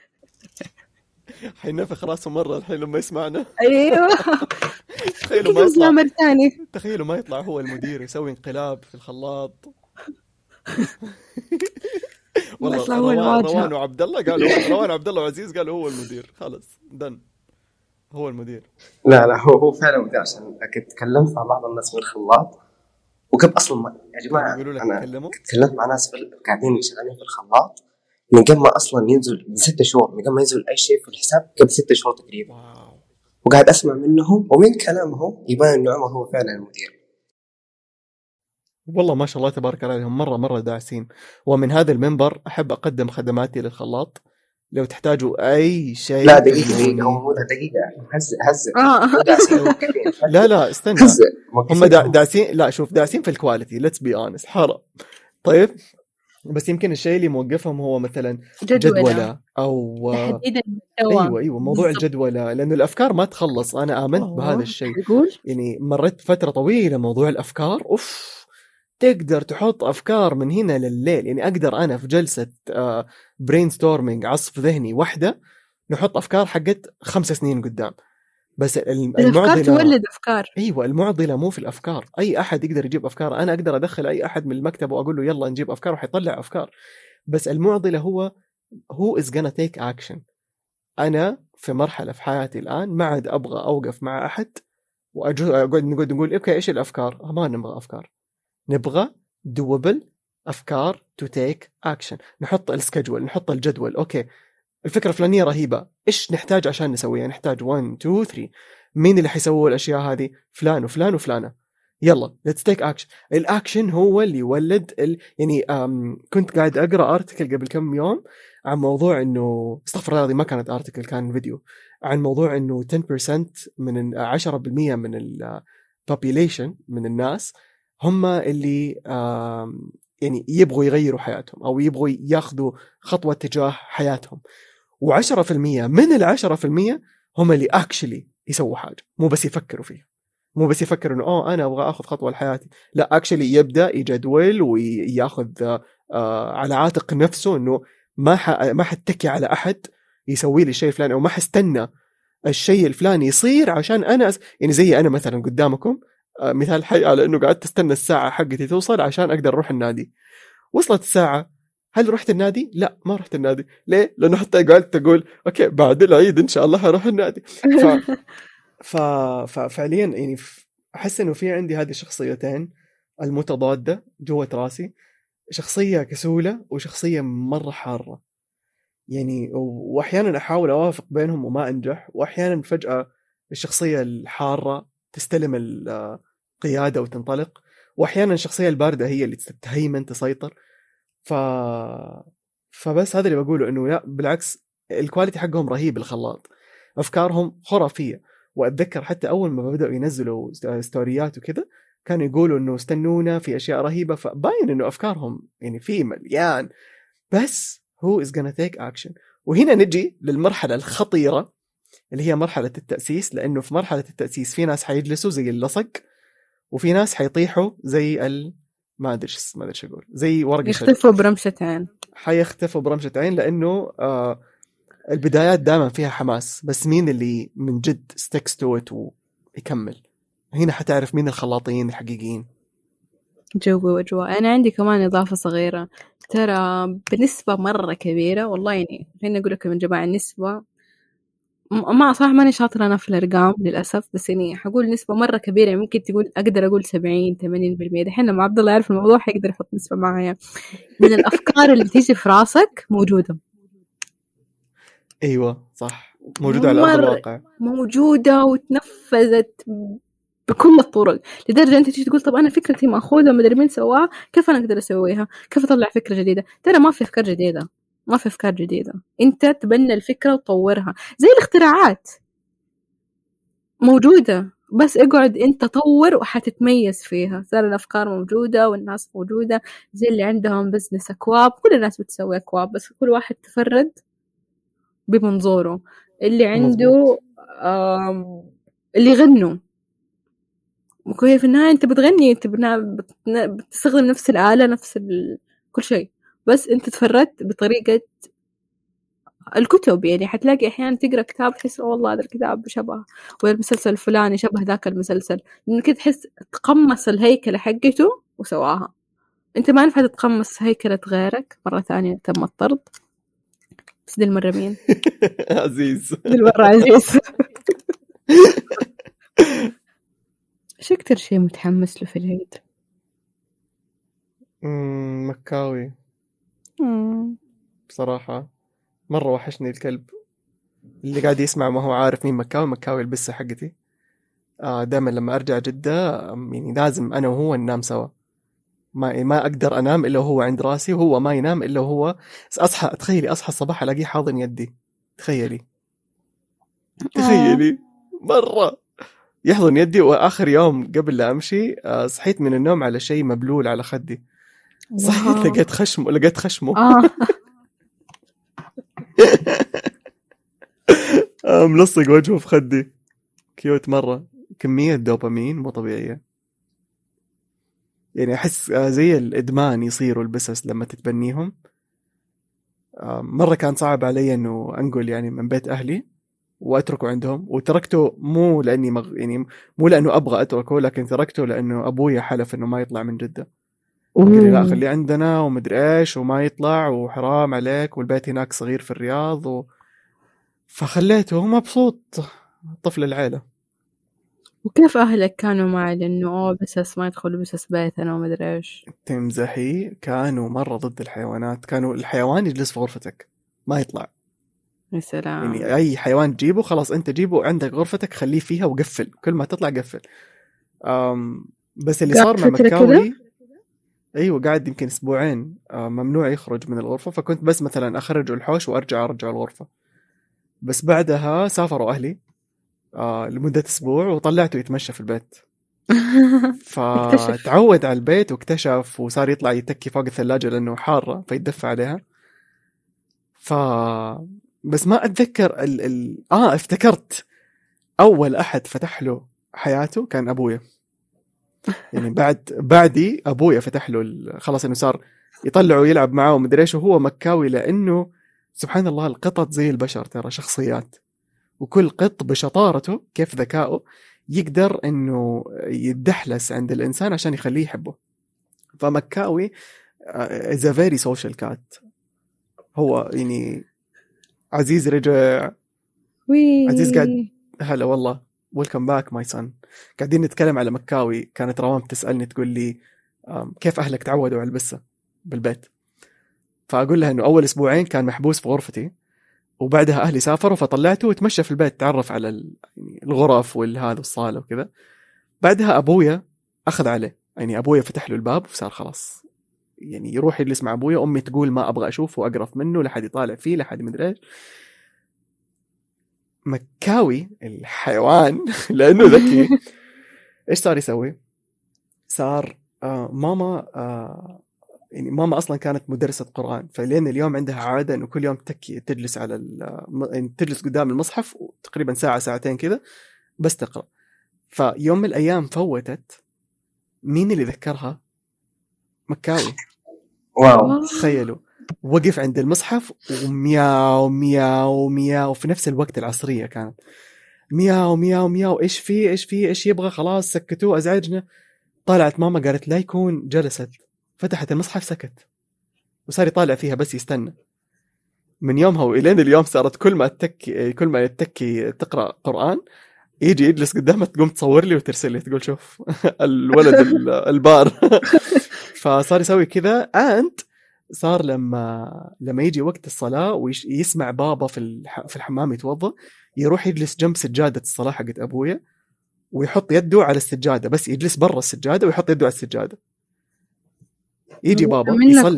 A: حينفخ راسه مرة الحين لما يسمعنا.
B: أيوه.
A: تخيلوا ما يطلع
B: مرة ثانية.
A: تخيلوا ما يطلع هو المدير، يسوي انقلاب في الخلاط. والله روان وعبد الله قالوا، روان وعبد الله وعزيز قالوا هو المدير، خلاص دن هو المدير.
C: لا هو فعلا مدير، عشان كنت تكلمت مع بعض الناس من الخلاط، وكيف أصلا يا جماعة أنا تكلمت مع ناس قاعدين شغالين في الخلاط من قبل ما أصلا ينزل، من 6 شهور، من قبل ما ينزل أي شيء في الحساب قبل 6 شهور تقريبا. وقاعد أسمع منهم ومن كلامهم يبان إنه عمر هو فعلا المدير.
A: والله ما شاء الله تبارك الله عليهم، مرة داعسين. ومن هذا المنبر أحب أقدم خدماتي للخلاط، لو تحتاجوا أي شيء.
C: لا دقيقة هم مو دقيقة، هز
A: لا استنى، هم داعسين. لا شوف، داعسين في الكواليتي، let's be honest، حرام. طيب بس يمكن الشيء اللي موقفهم هو مثلا جدولة أو أيوة موضوع الجدولة، لأنه الأفكار ما تخلص. أنا آمنت بهذا الشيء، يعني مرت فترة طويلة موضوع الأفكار، تقدر تحط أفكار من هنا للليل. يعني أقدر أنا في جلسة brainstorming، عصف ذهني واحدة، نحط أفكار حقت 5 سنين قدام. بس
B: الأفكار تولد أفكار.
A: أيوة، المعضلة مو في الأفكار. أي أحد يقدر يجيب أفكار، أنا أقدر أدخل أي أحد من المكتب وأقول له يلا نجيب أفكار وحيطلع أفكار. بس المعضلة هو who is gonna take action. أنا في مرحلة في حياتي الآن ما عاد أبغى أوقف مع أحد وأقعد نقول أوكي إيش الأفكار. ما نبغى أفكار، نبغى doable أفكار to take action. نحط السكجول، نحط الجدول. أوكي الفكرة الفلانية رهيبة، إيش نحتاج عشان نسويها؟ نحتاج 1 2 3. مين اللي حيسوي الأشياء هذه؟ فلان وفلان وفلانة. يلا let's take action. الأكشن هو اللي يولد يعني كنت قاعد أقرأ أرتكل قبل كم يوم عن موضوع إنه استغفر الله، ما كانت أرتكل، كان فيديو عن موضوع إنه 10% من 10% من population من الناس هم اللي يعني يبغوا يغيروا حياتهم أو يبغوا ياخذوا خطوة تجاه حياتهم، و10% من 10% هم اللي actually يسووا حاجة، مو بس يفكروا فيها، مو بس يفكر إنه أنا أبغى أخذ خطوة لحياتي، لا actually يبدأ يجدول وياخذ على عاتق نفسه إنه ما حتكي على أحد يسوي لي شيء فلاني، أو ما حستنى الشيء الفلاني يصير عشان أنا يعني زي أنا مثلا قدامكم مثال حي على إنه قاعد تستنى الساعة حقتي توصل عشان أقدر أروح النادي. وصلت الساعة، هل رحت النادي؟ لا ما رحت النادي. ليه؟ لأنه حتى قاعد تقول أوكي بعد العيد إن شاء الله هروح النادي. ففعليا يعني أحس إنه في عندي هذه الشخصيتين المتضادة جوة راسي، شخصية كسولة وشخصية مرة حارة يعني، وأحيانا أحاول أوافق بينهم وما أنجح، وأحيانا فجأة الشخصية الحارة تستلم القيادة وتنطلق، وأحيانا الشخصية الباردة هي اللي تهيمن تسيطر. فبس هذا اللي بقوله، إنه لا بالعكس الكواليتي حقهم رهيب، الخلاط أفكارهم خرافية. وأتذكر حتى أول ما بدأوا ينزلوا ستوريات وكذا كانوا يقولوا إنه استنونا في أشياء رهيبة، فباين إنه أفكارهم يعني في مليان، بس who is gonna take action. وهنا نجي للمرحلة الخطيرة اللي هي مرحلة التأسيس، لأنه في مرحلة التأسيس في ناس حيجلسوا زي اللصق، وفي ناس حيطيحوا زي ما أدري إيش أقول، زي ورق
B: يختفوا برمشة عين،
A: حيختفوا برمشة عين، لأنه البدايات دائما فيها حماس، بس مين اللي من جد sticks to it ويكمل؟ هنا حتعرف مين الخلاطين الحقيقيين.
B: جوي وجوا. أنا عندي كمان إضافة صغيرة، ترى بنسبة مرة كبيرة والله، يعني خليني أقول لكم يا جماعة النسبة ما صح ماني شاطرة أنا في الأرقام للأسف، بس يعني حقول نسبة مرة كبيرة، يعني ممكن تقول أقدر أقول 70-80%. دحين لما عبد الله يعرف الموضوع حيقدر يحط نسبة معايا من الأفكار اللي تيجي في راسك موجودة.
A: أيوة صح، موجودة على أرض الواقع،
B: موجودة وتنفذت بكل الطرق، لدرجة أنت تيجي تقول طب أنا فكرتي مأخوذة ومدري مين سواها، كيف أنا أقدر أسويها؟ كيف أطلع فكرة جديدة؟ ترى ما في أفكار جديدة، ما في أفكار جديدة، أنت تبنى الفكرة وتطورها. زي الاختراعات موجودة، بس اقعد أنت طور وحتتميز فيها. ترى الأفكار موجودة والناس موجودة، زي اللي عندهم بزنس أكواب، كل الناس بتسوي أكواب، بس كل واحد تفرد بمنظوره. اللي عنده اللي يغنوا، وهي في النهاية أنت بتغني، أنت بتستخدم نفس الآلة، نفس كل شيء، بس أنت تفردت بطريقة الكتب. يعني حتلاقي أحيانا تقرأ كتاب تحس والله هذا الكتاب شبه، والمسلسل الفلاني شبه ذاك المسلسل، لأنك تحس تقمص الهيكلة حقته وسواها. أنت ما ينفع تتقمص هيكلة غيرك مرة ثانية، تم الطرد. بس دي المرة مين؟
A: عزيز،
B: دي المرة عزيز. شو أكتر شيء متحمس له في العيد؟
A: مكاوي بصراحة، مرة وحشني الكلب اللي قاعد يسمع ما هو عارف مين مكاوي البسة حقتي. دائما لما أرجع جدة يعني لازم أنا وهو ننام سوا، ما أقدر أنام إلا هو عند راسي، وهو ما ينام إلا هو. تخيلي أصحى الصباح ألاقيه حاضن يدي، تخيلي مرة يحضن يدي. وآخر يوم قبل لا أمشي صحيت من النوم على شيء مبلول على خدي، صحيت لقيت خشمه ملصق وجهه في خدي، كيوت مرة. كمية دوبامين مو طبيعية، يعني أحس زي الإدمان يصيروا البسس لما تتبنيهم. مرة كان صعب علي أنه أنقل يعني من بيت أهلي وأتركه عندهم، وتركته مو لأني يعني مو لأنه أبغى أتركه، لكن تركته لأنه أبويا حلف أنه ما يطلع من جدة، قال لي لا خليه عندنا ومدري إيش وما يطلع وحرام عليك، والبيت هناك صغير في الرياض فخليته مبسوط طفل العائلة.
B: وكيف أهلك كانوا معي لأنه بسس ما يدخلوا بسس بيتنا وما أدري إيش؟
A: تمزحي، كانوا مرة ضد الحيوانات، كانوا الحيوان يجلس في غرفتك ما يطلع.
B: يا سلام.
A: يعني أي حيوان تجيبه خلاص أنت جيبه عندك غرفتك خليه فيها وقفل، كل ما تطلع قفل. بس اللي صار مع مكاوي أيوة قاعد يمكن أسبوعين ممنوع يخرج من الغرفة، فكنت بس مثلا أخرج الحوش وأرجع الغرفة. بس بعدها سافروا أهلي لمدة أسبوع وطلعته يتمشى في البيت فتعود على البيت واكتشف، وصار يطلع يتكي فوق الثلاجة لأنه حارة فيتدفع عليها. بس ما أتذكر افتكرت أول أحد فتح له حياته كان أبويا، يعني بعدي أبويا فتح له خلاص إنه صار يطلعه يلعب معه ومدري إيش، وهو مكاوي. لأنه سبحان الله القطط زي البشر ترى شخصيات، وكل قط بشطارته كيف ذكائه يقدر إنه يدحلس عند الإنسان عشان يخليه يحبه. فمكاوي is a very social cat. هو يعني عزيز رجع عزيز قاعد هلا والله ويلكم باك ماي سون. قاعدين نتكلم على مكاوي. كانت روان تسألني تقول لي كيف أهلك تعودوا على البسة بالبيت؟ فأقول لها إنه أول أسبوعين كان محبوس في غرفتي، وبعدها أهلي سافروا فطلعته وتمشى في البيت تعرف على يعني الغرف والهذا والصالة وكذا. بعدها أبويا أخذ عليه، يعني أبويا فتح له الباب وصار خلاص يعني يروح يجلس مع أبويا. أمي تقول ما أبغى أشوفه وأقرف منه لحد يطالع فيه لحد مدري إيش. مكاوي الحيوان لأنه ذكي إيش صار يسوي؟ صار ماما يعني ماما أصلا كانت مدرسة قرآن، فلين اليوم عندها عادة إنه كل يوم تجلس على يعني تجلس قدام المصحف تقريبا ساعة ساعتين كذا بس تقرأ. فيوم من الأيام فوتت، مين اللي ذكرها؟ مكاوي.
C: واو.
A: تخيلوا وقف عند المصحف ومياو مياو مياو في نفس الوقت العصرية كانت مياو مياو مياو. إيش فيه إيش فيه إيش يبغى؟ خلاص سكتوه أزعجنا. طالعت ماما قالت لا يكون، جلست فتحت المصحف سكت وصار يطالع فيها بس يستنى. من يومها وإلين اليوم صارت كل ما يتكي تقرأ قرآن يجي يجلس قدامها تقوم تصور لي وترسل لي تقول شوف الولد البار. فصار يسوي كذا. أنت صار لما يجي وقت الصلاة ويسمع بابا في الحمام يتوضأ، يروح يجلس جنب سجادة الصلاة حقت أبويا ويحط يده على السجادة، بس يجلس برا السجادة ويحط يده على السجادة. يجي بابا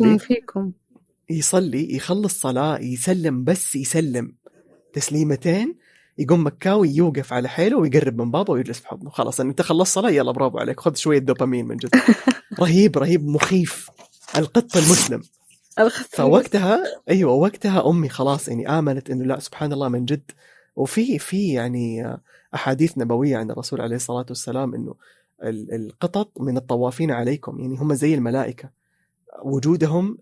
A: يصلي يخلص صلاة يسلم، بس يسلم تسليمتين، يقوم مكاوي يوقف على حيله ويقرب من بابا ويجلس في حضنه. خلاص انت خلصت صلاة، يلا برافو عليك، خذ شوية دوبامين. من جد رهيب رهيب مخيف القط المسلم. فوقتها وقتها أمي خلاص يعني آمنت إنه لا سبحان الله من جد. وفي يعني أحاديث نبوية عن الرسول عليه الصلاة والسلام إنه القطط من الطوافين عليكم، يعني هم زي الملائكة، وجودهم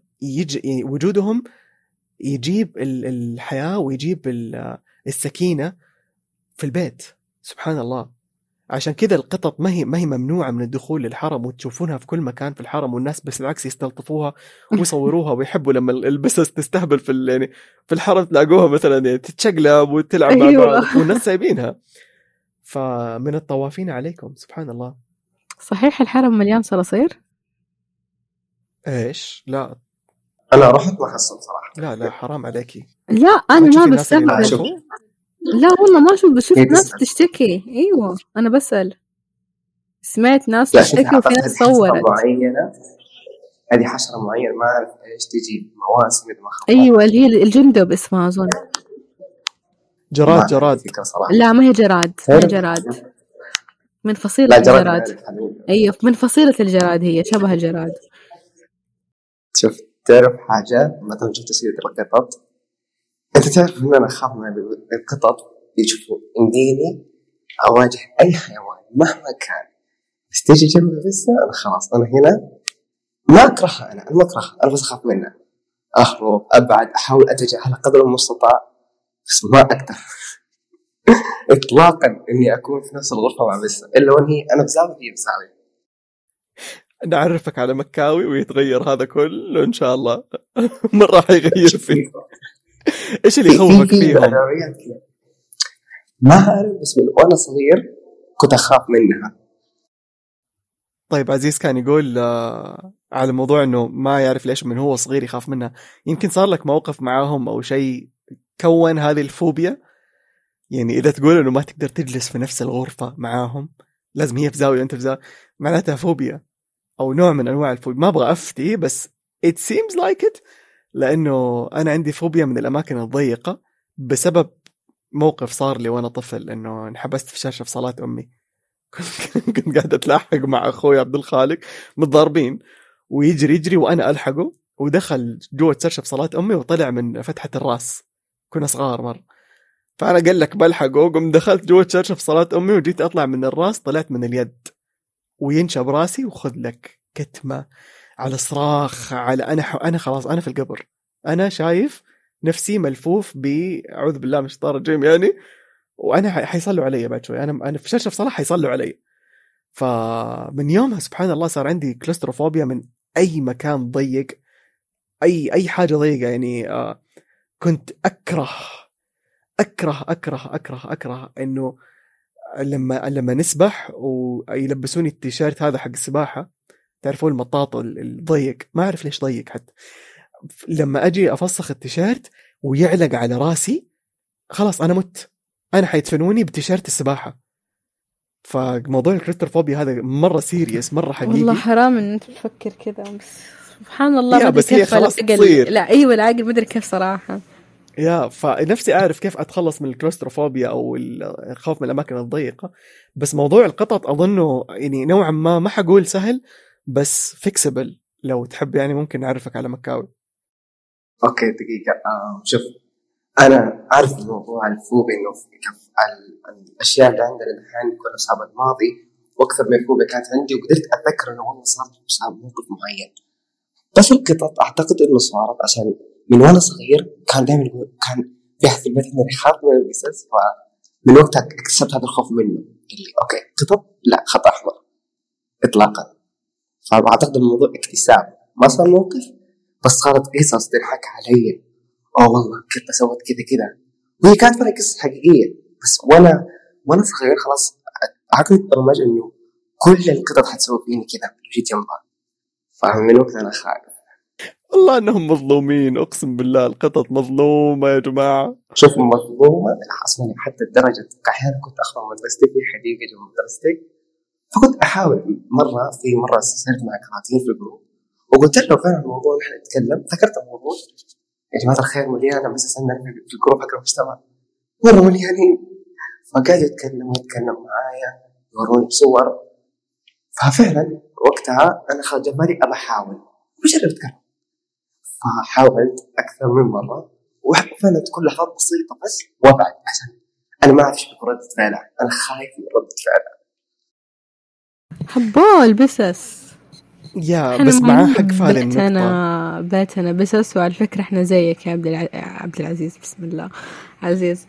A: يجيب الحياة ويجيب السكينة في البيت. سبحان الله. عشان كذا القطط ما هي ممنوعة من الدخول للحرم، وتشوفونها في كل مكان في الحرم، والناس بس بالعكس يستلطفوها ويصوروها ويحبوا لما البسس تستهبل في الحرم تلاقوها مثلا يعني تتشقلب وتلعب مع بعض والناس سايبينها. فمن الطوافين عليكم. سبحان الله.
B: صحيح الحرم مليان صراصير؟
A: ايش؟ لا
C: انا رحت ما حصل صراحة.
A: لا حرام عليكي.
B: لا انا ما بستهبل. لا والله ما شفت ناس تشتكي. ايوه انا بسأل، سمعت ناس تشتكي وفي ناس صورت
C: معينة. هذه حشرة معينة ما أعرف إيش تجي مواسم.
B: أيوة اللي هي الجندب اسمها أظن
A: جراد.
B: لا ما هي جراد، هي جراد من فصيلة الجراد. أيوة من فصيلة الجراد، هي شبه الجراد.
C: شوف تعرف حاجة مثلا شفت سيرة القطط، أنت تعرف إن أنا أخاف من القطط. يشوفوا يمديني أواجه أي حيوان مهما كان، بس تيجي جنبي بس أنا خلاص أنا هنا ما أكرهها. أنا ما أكرهها، أنا بس أخاف منها، أهرب أبعد أحاول أتجاهلها قدر المستطاع، بس ما أقدر إطلاقا إني أكون في نفس الغرفة مع بس إلا وأني أنا بزاوية هي بزاوية.
A: نعرفك على مكاوي ويتغير هذا كله إن شاء الله. مرة راح يغير فيه. إيش اللي يخوفك فيهم؟
C: ما أعرف، بس من وأنا صغير كنت أخاف منها.
A: طيب عزيز كان يقول على موضوع إنه ما يعرف ليش من هو صغير يخاف منها. يمكن صار لك موقف معاهم أو شيء كون هذه الفوبيا؟ يعني إذا تقول إنه ما تقدر تجلس في نفس الغرفة معاهم، لازم هي في زاوية وأنت في زاوية، معناتها فوبيا أو نوع من أنواع الفوبيا. ما أبغى أفتي بس it seems like it، لأنه أنا عندي فوبيا من الأماكن الضيقة بسبب موقف صار لي وأنا طفل، إنه انحبست في شاشة في صلاة أمي. كنت قاعد أتلاحق مع أخوي عبد الخالق متضاربين، ويجري وأنا ألحقه، ودخل جوة شاشة في صلاة أمي وطلع من فتحة الرأس. كنا صغار مرة، فأنا قال لك بلحقه، قم دخلت جوة شاشة في صلاة أمي وجيت أطلع من الرأس، طلعت من اليد وينشب راسي وخذ لك كتمة على صراخ على أنا خلاص أنا في القبر، أنا شايف نفسي ملفوف بأعوذ بالله من الشيطان الرجيم يعني، وأنا حيصلوا علي بعد شوي، أنا في شاشة في صلاة حيصلوا علي. فمن يومها سبحان الله صار عندي كلاستروفوبيا من أي مكان ضيق، أي حاجة ضيقة يعني. كنت أكره إنه لما نسبح ويلبسوني التيشيرت هذا حق السباحة، تعرفوا المطاط الضيق، ما أعرف ليش ضيق حتى، لما أجي أفسخ التيشيرت ويعلق على راسي خلاص أنا مت، أنا حيدفنوني بتيشيرت السباحة. فموضوع الكلوستروفوبيا هذا مرة سيريس، مرة حقيقي.
B: والله حرام إن أنت تفكر كذا، بس سبحان الله
A: يا
B: ما
A: بس
B: أدري
A: هي
B: كيف
A: خلاص
B: العقل.
A: تصير.
B: لا أيوة العقل ما أدري كيف صراحة.
A: يا فنفسي أعرف كيف أتخلص من الكلوستروفوبيا أو الخوف من الأماكن الضيقة. بس موضوع القطط أظنه يعني نوعا ما حقول سهل بس فيكسبل، لو تحب يعني ممكن أعرفك على مكاوي.
C: اوكي دقيقة، شوف انا عارف الموضوع الفوبيا انه الاشياء اللي عندنا الحين كلها صعب الماضي، واكثر من فوبيا كانت عندي وقدرت اتذكر انه والله صار موقف معين. بس القطط اعتقد انه صارت عشان من وانا صغير كان دائما كان في احد في البيت عندنا يخاف من القصص، فمن وقتها اكتسبت هذا الخوف منه اللي اوكي قطط لا خط احمر اطلاقا. فاعتقد الموضوع اكتساب، ما صار موقف بس صارت قصص تضحك علي، والله كنت سوت كذا وهي كانت فعلا قصص حقيقيه. بس وانا صغير خلاص عقلي تبرمج انه كل القطط حتسوي فيني كذا لو جيت جنبها، فمن وقت انا خايف.
A: والله انهم مظلومين، اقسم بالله القطط مظلومه يا جماعه.
C: شوف مظلومه اصلا حتى لدرجه احيانا كنت اخذ مدرستي في حديقه جنب مدرستي، فكنت احاول مره صرت مع كراتين في الجروب وقلت له فعلا الموضوع نحن نتكلم، ذكرت الموضوع يا جماعه الخير مليانه بس استنى في الجروب حق المجتمع مره مليانين، فقاعد يتكلم معايا يوروني بصور. ففعلا وقتها انا خرج بالي ابى احاول وجرب اتكلم، فحاولت اكثر من مره وفعلا كل لحظات بسيطه بس وابعد عشان انا ما اعرف ايش بكون ردة فعلها، انا خايف من ردة فعلها.
B: حبال بسس
A: يا بس معاه حق في هذه
B: النقطة. بيتنا بسس، وعلى فكرة احنا زيك يا عبد العزيز، بسم الله عزيز.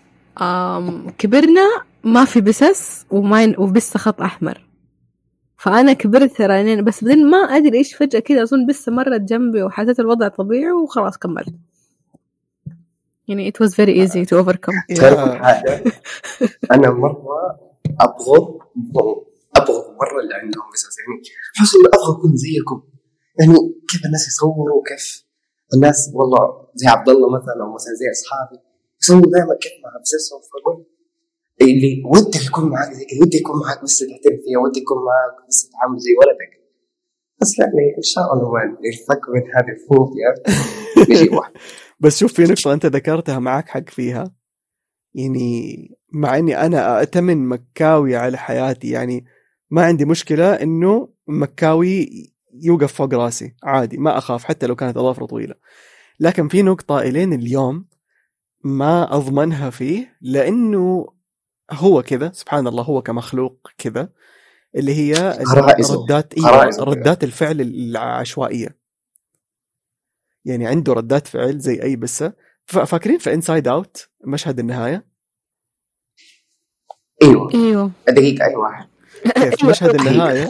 B: كبرنا ما في بسس وبس خط أحمر، فأنا كبرت ترى بس بعدين ما أدري إيش فجأة كذا أظن بس مرت جنبي وحسيت الوضع طبيعي وخلاص كملت. يعني it was very easy to overcome.
C: أنا مرة أبغض مرة اللي عندهم بسس، يعني حس إني أبغى أكون زيكم، يعني كيف الناس يصوروا، كيف الناس والله زي عبد الله مثلا أو مثلا زي أصحابي يصوروا دائما كيف مع بسسهم. فقول اللي ودك يكون معك زي كذا، ودي يكون معك بس تعترف فيها، ودي يكون معك بس تعامل زي ولدك. بس يعني إن شاء الله ما نرفق من هذه الفوبيا نجي واحد.
A: بس شوف في نقطة أنت ذكرتها معك حق فيها، يعني مع أني أنا أتمن مكاوي على حياتي، يعني ما عندي مشكلة إنه مكاوي يوقف فوق راسي عادي، ما أخاف حتى لو كانت أظافره طويلة. لكن في نقطة إلين اليوم ما أضمنها فيه، لأنه هو كذا سبحان الله، هو كمخلوق كذا، اللي هي ردات الفعل العشوائية. يعني عنده ردات فعل زي أي بسة. فاكرين في إنسايد أوت مشهد النهاية؟
C: أيوة دقيقة أي واحد
A: كيف مشهد النهاية؟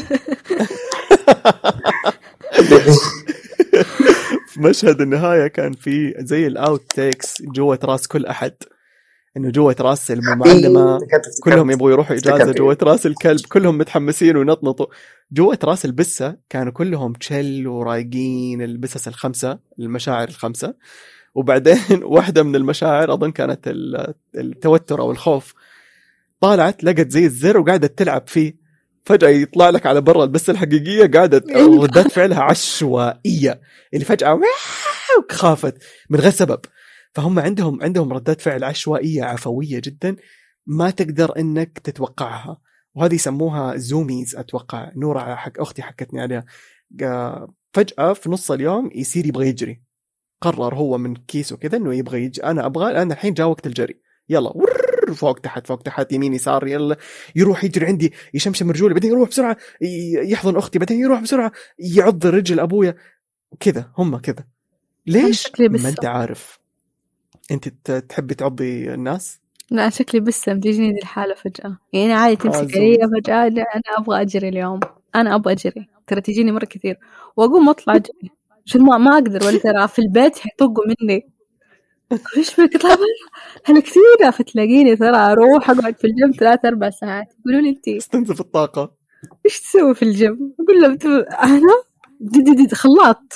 A: في مشهد النهاية كان في زي الأوت تيكس جوة راس كل أحد، إنه جوة راس المعلمة كلهم يبغوا يروحوا إجازة، جوة راس الكلب كلهم متحمسين ونطنطوا، جوة راس البسة كانوا كلهم تشل ورايقين، البسس الخمسة، المشاعر الخمسة. وبعدين واحدة من المشاعر أظن كانت التوتر أو الخوف، طالعت لقت زي الزر وقاعدة تلعب فيه، فجأة يطلع لك على برا البسة الحقيقية قاعدة ردات فعلها عشوائية، اللي فجأة خافت من غير سبب. فهم عندهم ردات فعل عشوائية عفوية جدا، ما تقدر انك تتوقعها، وهذه يسموها زوميز. اتوقع نورة حق اختي حكتني عليها، فجأة في نص اليوم يصير يبغى يجري، قرر هو من كيسه كذا انه يبغى يجري، انا الحين جاء وقت الجري، يلا فوق تحت يمين يسار، يلا يروح يجري عندي، يشمشم رجولي، بعدين يروح بسرعة يحضن اختي، بعدين يروح بسرعة يعض رجل ابويا كذا. هم كذا ليش؟ ما انت عارف انت تحبي تعضي الناس؟
B: لا شكلي بس تجيني ذي الحالة فجأة، يعني عادي تمسك علي فجأة، لا أنا أبغى أجري اليوم، أنا أبغى أجري، ترى تجيني مرة كثير وأقوم أطلع أجري، شو ما أقدر، ولا ترى في البيت حيطقوا مني. ايش فيك اطلع برا؟ انا كثير فتلاقيني ترى اروح اقعد في الجيم 3-4 ساعات. يقولوا لي انت
A: استنزف الطاقة.
B: ايش تسوي في الجيم؟ اقول لهم انا دي خلاط.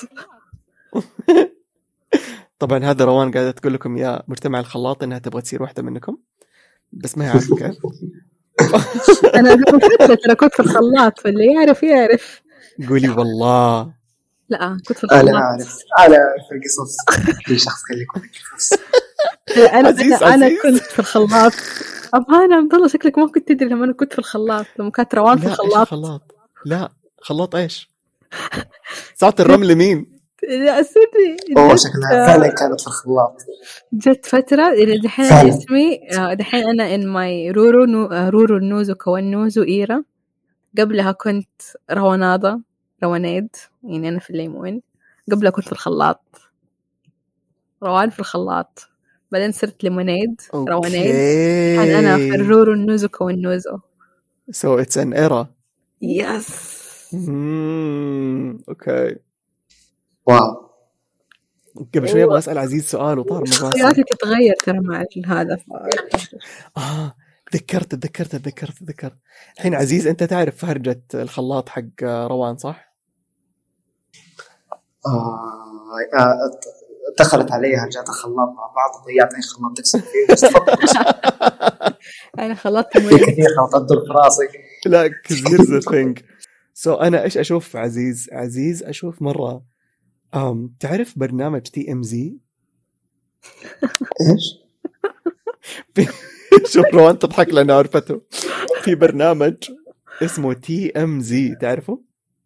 A: طبعا هذا روان قاعدة تقول لكم يا مجتمع الخلاط انها تبغى تصير واحدة منكم، بس ما هي عارفة كيف.
B: انا قبل فترة ترى كنت في الخلاط، فاللي يعرف.
A: قولي والله.
B: لا كنت في
C: انا
B: الخلاط.
C: اعرف في القصص في شخص قال لي كل القصص.
B: انا كنت في الخلاط. أنا عبد الله شكلك ما كنت تدري لما انا كنت في الخلاط، لما كانت روان في
A: لا ايش
B: الخلاط.
A: الخلاط؟ لا خلاط ايش؟ ساعة الرمل مين؟
B: لا سوري.
C: شكلها فعلا كانت في الخلاط.
B: جت فترة دحين
C: فعلا.
B: اسمي دحين أنا in my رورو النوزو كوانوزو إيرا. قبلها كنت روانيد، يعني أنا في الليمون. قبلها كنت في الخلاط، روان في الخلاط، بعدين صرت ليمونيد روانيد. الحين أنا في الرورو النوزو كوانوزو.
A: So it's an era.
B: Yes.
A: اوكي.
C: واو.
A: قبل شوي ابغى اسال عزيز سؤال وطار من راسي.
B: شخصياتي تتغير ترى مع هذا.
A: تذكرت. الحين عزيز انت تعرف فهرجة الخلاط حق روان صح؟
C: دخلت علي هرجات الخلاط مع بعض، ضيعت اي خلاط تكسر فيه.
B: انا خلطت
C: كثير خلطات في راسي.
A: لا كثير ثينج. سو انا ايش اشوف عزيز اشوف مره تعرف برنامج TMZ؟
C: ايش؟
A: شوف روان تضحك لأنها عرفته. في برنامج اسمه TMZ تعرفه؟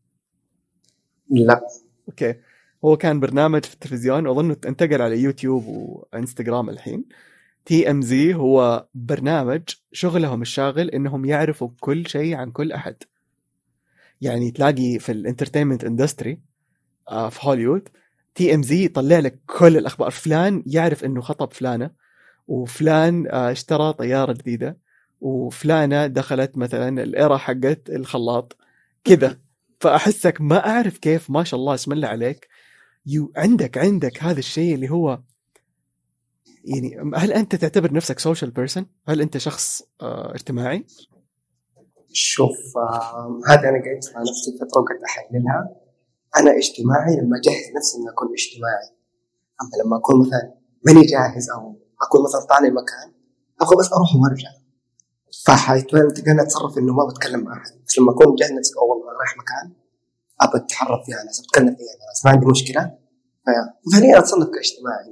C: لا.
A: اوكي، هو كان برنامج في التلفزيون واظنه انتقل على يوتيوب وانستغرام الحين. TMZ هو برنامج شغلهم الشاغل انهم يعرفوا كل شيء عن كل احد. يعني تلاقي في الانترتينمنت اندستري في هوليوود TMZ يطلع لك كل الاخبار. فلان يعرف انه خطب فلانه، وفلان اشترى طياره جديده، وفلانه دخلت مثلا الايرا حقت الخلاط كذا. فاحسك ما اعرف كيف ما شاء الله اسم الله عليك عندك هذا الشيء اللي هو يعني. هل انت تعتبر نفسك سوشيال بيرسون؟ هل انت شخص اجتماعي؟
C: شوف هذا انا قلت مع نفسي فتره وقت احللها. انا اجتماعي لما اجهز نفسي اني اكون اجتماعي، اما لما اكون مثلا ماني جاهز او اكون مثلا طالع مكان ابغى بس اروح وارجع، فحيتبين اتصرف انه ما بتكلم مع احد. بس لما اكون مجهز نفسي او والله رايح مكان ابى اتحرك فيها ناس اتكلم فيها ناس ما عندي مشكله، فهني اتصنف كاجتماعي.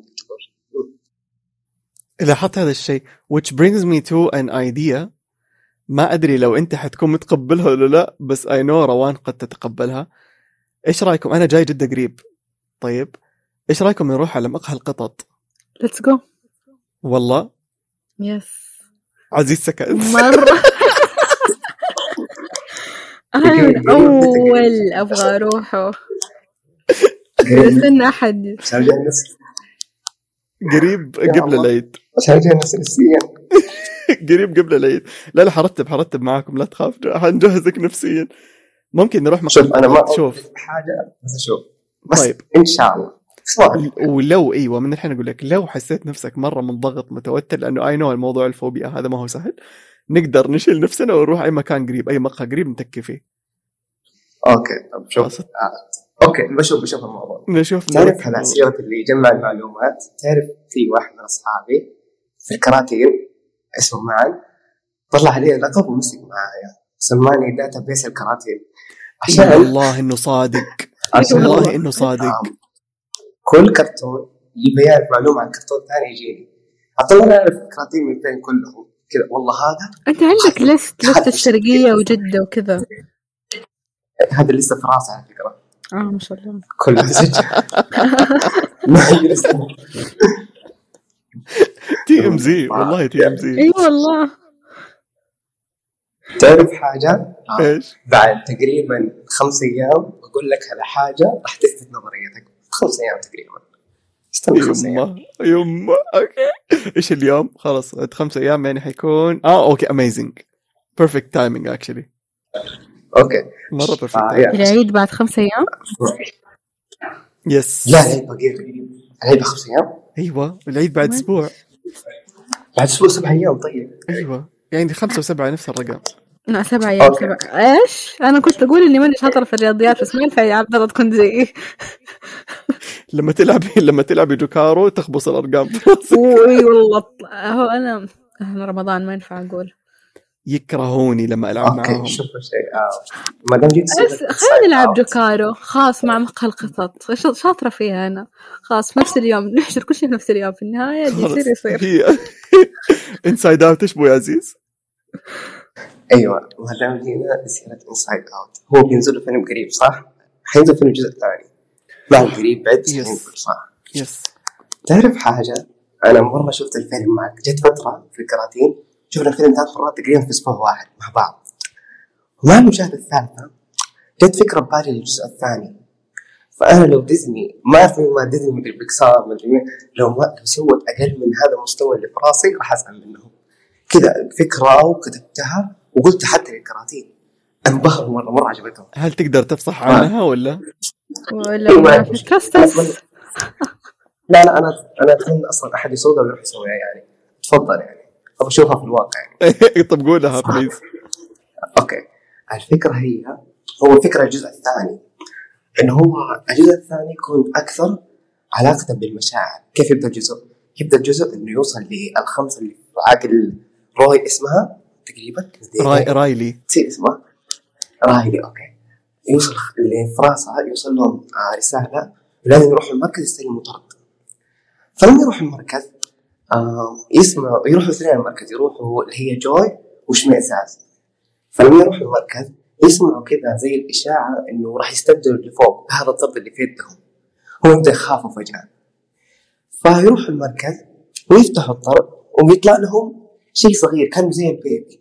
A: لاحظت هذا الشيء which brings me to an idea. ما أدري لو أنت حتكون متقبلها ولا لا، بس I know روان قد تتقبلها. إيش رأيكم؟ أنا جاي جدة قريب، طيب إيش رأيكم نروح على مقهى القطط؟
B: Let's go.
A: والله
B: يس
A: عزيز سكت
B: مرة. أنا أول أبغى أروحه، استنى أحد
A: قريب قبل العيد. قريب قبل العيد. لا حرتب معاكم، لا تخاف، حنجهزك نفسيا. ممكن نروح مقهى
C: القطط. أنا ما
A: شوف
C: حاجة بس أشوف بس
A: طيب
C: إن شاء الله.
A: ولو ايوه من الحين اقول لك لو حسيت نفسك مره منضغط متوتر، لانه اي نو الموضوع الفوبيا هذا ما هو سهل، نقدر نشيل نفسنا ونروح اي مكان قريب، اي مقهى قريب نتكي فيه.
C: اوكي طب شوف اوكي بشوف الموضوع. تعرف على سيرة اللي يجمع المعلومات، تعرف في واحد من اصحابي في الكراتين اسمه معن، طلع عليه لقب ومسك معايا سماني داتا بيس الكراتين.
A: عشان والله انه صادق، والله انه صادق.
C: كل كرتون يبي يعرف معلومة عن كرتون ثاني يجيني أطلع أنا أعرف الكراتين من بين كلهم كذا. والله هذا
B: أنت عندك لست الشرقية وجدة وكذا.
C: هذا لسه في راسي على فكرة.
B: ما شاء الله.
C: كل مسجة ما يجلس.
A: TMZ والله TMZ.
B: أي والله.
C: تعرف حاجة؟
A: إيش؟
C: بعد تقريبا 5 أيام أقول لك على حاجة راح تثبت نظريتك. 5 أيام تقريبا.
A: يما اوكي. ايش اليوم؟ خلاص 5 أيام يعني حيكون اوكي amazing perfect timing actually.
C: اوكي
A: مرة perfect
B: العيد بعد 5 أيام.
A: يس
C: لا العيد بقي العيد 5 أيام.
A: ايوه العيد بعد
B: ما-
A: اسبوع.
C: بعد أسبوع 7 أيام. طيب
A: ايوه يعني 5 و7 نفس الرقم.
B: لا 7 أيام
C: أوكي.
B: 7 إيش أنا كنت أقول إني ماني شاطرة في الرياضيات بس ما ينفع يا عبد الله تكون زي
A: لما تلعبي جوكارو تخبص الارقام.
B: وي والله هو أنا رمضان ما ينفع أقول
A: يكرهوني لما العب
C: أوكي
A: معاهم.
C: شوفوا شيء ما دام جيت
B: بس
C: سيرة
B: خلينا نلعب
C: Inside Out.
B: جوكارو خاص مع مقهى القطط شاطرة فيها أنا خاص في نفس اليوم نحشر كل شيء في نفس اليوم في النهاية اللي
A: خلاص
B: يصير
A: هي انسايد اوت. ايش بو يا عزيز؟
C: أيوة ما دام جينا سيرة Inside Out، هو بينزل فيلم قريب صح؟ حينزل فيلم الجزء الثاني. لا قريب بعد سنين
A: يس.
C: صح؟
A: يس
C: تعرف حاجة؟ أنا مرة شفت الفيلم معك، جت فترة في الكراتين شفنا الفيلم 3 مرات تقريبا في أسبوع واحد مع بعض. ومع المشاهدة الثالثة جت فكرة ببالي للجزء الثاني. فأنا لو ديزني ما أعرف ما ديزني مدري بيكسار مدري مين، لو سوت أقل من هذا المستوى اللي في راسي راح أزعل منهم. كذا فكرة وكتبتها وقلت حتى للكراتين انبهروا مرة عجبتهم.
A: هل تقدر تفصح عنها ولا؟
B: ولا ما في كاستس
C: لا أنا أتمنى أصلا أحد يصورها ويروح يسويها يعني. تفضل يعني أبغى أشوفها في الواقع يعني.
A: طب قولها بليز.
C: أوكي الفكرة هو فكرة الجزء الثاني إنه هو الجزء الثاني يكون أكثر علاقة بالمشاعر. كيف يبدأ الجزء؟ يبدأ الجزء إنه يوصل للخمسة اللي في عقل روي اسمها تقريبا
A: رايلي
C: تي اسمها رايلي. أوكي يوصل اللي في راسها يوصل لهم رسالة لازم يروح المركز يستلم مطرد. فلما يروح المركز يسمع يروحوا اثنين المركز يروحوا اللي هي جوي وشمعزاز. فلما يروح المركز يسمعوا كذا زي الإشاعة إنه راح يستبدلوا اللي فوق هذا الطرد اللي في يدهم. هو يبدأ يخافوا فجأة فيروح المركز ويفتحوا الطرد ويطلع لهم شيء صغير كان زي البيبي.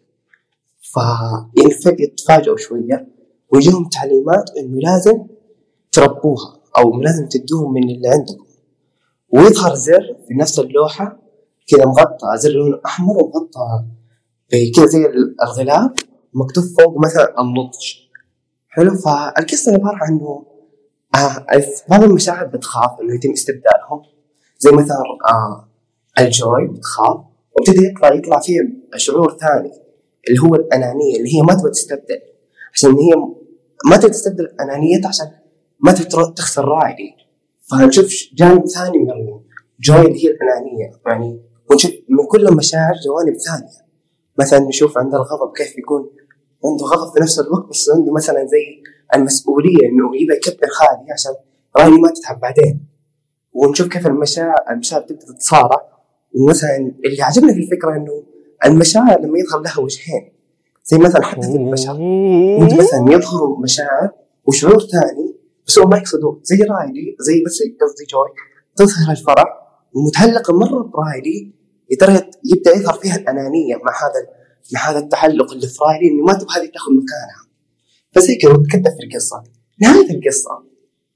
C: فيتفاجئوا شوية ويجيهم تعليمات إنه لازم تربوها أو لازم تدوهم من اللي عندكم. ويظهر زر في نفس اللوحة كذا مغطى زر لونه أحمر ومغطى كذا زي الغلاف مكتوب فوق مثلا النضج. حلو. فالقصة عبارة عنه بعض المشاعر بتخاف إنه يتم استبدالهم زي مثلا الجوي بتخاف وابتدي يطلع فيه شعور ثاني اللي هو الأنانية اللي هي ما تبغى تستبدل عشان هي ما تبغى تستبدل أنانيتها عشان ما تبغى تخسر رايلي. فنشوف جانب ثاني من الجوي اللي هي الأنانية يعني. ونشوف من كل المشاعر جوانب ثانية. مثلا نشوف عند الغضب كيف يكون عنده غضب في نفس الوقت بس عنده مثلا زي المسؤولية إنه يبغى يكبر خالي عشان رايلي ما تتعب بعدين. ونشوف كيف المشاعر تبدأ تتصارع. ومثلا اللي عجبني في الفكرة إنه المشاعر لما يظهر لها وجهين زي مثلا حتى في البشر ممكن مثلا يظهروا مشاعر وشعور ثاني بس هو ما يقصدوا زي رايلي زي بس قصدي جوي تظهر الفرح ومتعلقة مرة برايلي لدرجة يبدأ يظهر فيها الأنانية مع هذا التعلق اللي في رايلي إنه ما تبغى هذه تأخذ مكانها. فزي كده تكتب في القصة. نهاية القصة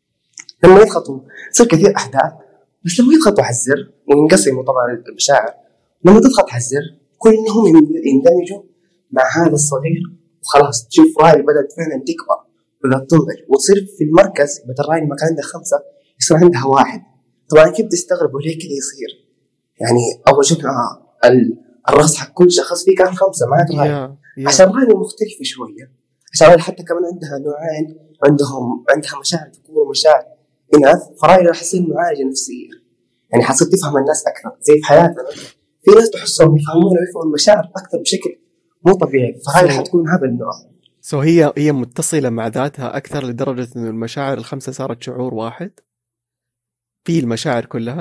C: لما يضغطوا تصير كثير أحداث بس لما يضغطوا على الزر وينقسموا طبعا المشاعر. لما تضغط على الزر كلهم يندمجوا مع هذا الصغير وخلاص تشوف رايلي بدأت فعلا تكبر بدأت تنضج وتصير في المركز بدل رايلي ما كان عندها 5 يصير عندها 1. طبعا كيف تستغربوا ليه كذا يصير يعني. أول شفنا الرأس حق كل شخص فيه كان 5 ما عاد رايلي عشان رايلي مختلفة شوية عشان رايلي حتى كمان عندها نوعين عندها مشاعر ذكور ومشاعر إناث. فرايلي راح يصير معالجة نفسية يعني حصير تفهم الناس أكثر زي في حياتنا في ناس تحسهم يفهمون ويفهمون المشاعر أكثر بشكل مو طبيعي. فرايلي حتكون هذا النوع.
A: هي متصلة مع ذاتها أكثر لدرجة إنه المشاعر ال5 صارت شعور واحد في المشاعر كلها.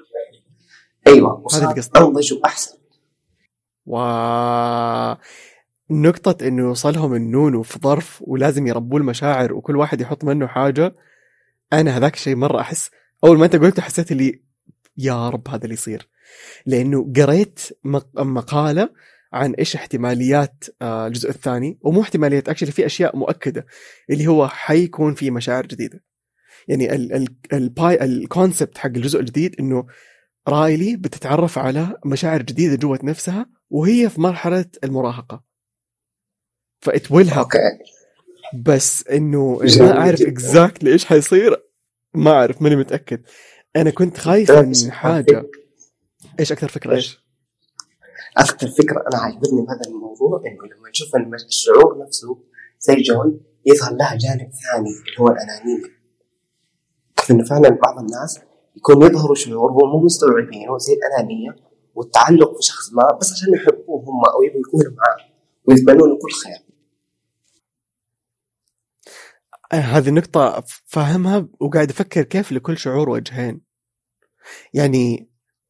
C: أيوة وصارت أنضج وأحسن.
A: نقطة إنه يوصلهم النونو في ظرف ولازم يربوا المشاعر وكل واحد يحط منه حاجة. أنا هذاك الشيء مرة أحس أول ما أنت قلت حسيت لي يا رب هذا اللي يصير لأنه قريت مقالة عن إيش احتماليات الجزء الثاني ومو احتماليات أكشلي في أشياء مؤكدة اللي هو حيكون في مشاعر جديدة. يعني الكونسبت حق الجزء الجديد إنه رايلي بتتعرف على مشاعر جديدة جوة نفسها وهي في مرحلة المراهقة فاتولها بس إنه ما أعرف exactly إيش حيصير ما أعرف ماني متأكد. انا كنت خايف من حاجه. ايش اكثر فكره؟ ايش
C: اكثر فكره انا عجبتني بهذا الموضوع انه لما نشوف الشعور نفسه زي جوي يظهر لها جانب ثاني اللي هو الانانيه. انه فعلا بعض الناس يكون يظهروا شعور هو مو مستوعبينه زي الانانيه والتعلق في شخص ما بس عشان يحبوه هم او يبغوا يكونوا معاه ويتمنوا له كل خير.
A: هذه النقطة فاهمها وقاعد أفكر كيف لكل شعور وجهين. يعني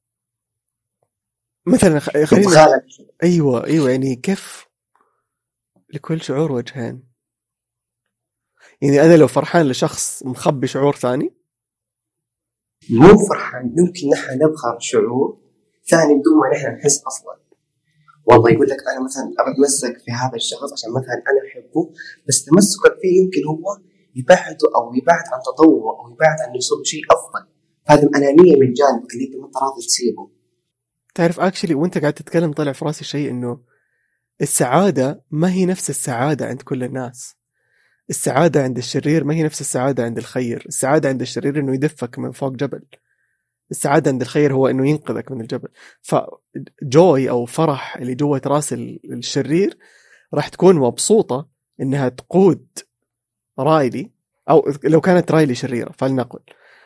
A: مثلا خلينا أيوة يعني كيف لكل شعور وجهين. يعني أنا لو فرحان لشخص مخبي شعور ثاني
C: مو فرحان ممكن نحن نظهر شعور ثاني بدون ما نحن نحس أصلا. والله يقول لك أنا مثلا أتمسك في هذا الشخص عشان مثلا أنا أحبه بس تمسكك فيه يمكن هو يبعده أو يبعد عن تطوره أو يبعد عن يصير شيء أفضل. هذه الأنانية من جانبك اللي أنت ما راضي تسيبه.
A: تعرف أكشلي وأنت قاعد تتكلم طلع في راسي شيء إنه السعادة ما هي نفس السعادة عند كل الناس. السعادة عند الشرير ما هي نفس السعادة عند الخير. السعادة عند الشرير إنه يدفك من فوق جبل. السعادة عند الخير هو إنه ينقذك من الجبل. فجوي أو فرح اللي جوة راس الشرير راح تكون مبسوطة إنها تقود رايلي، أو لو كانت رايلي شريرة فلنقل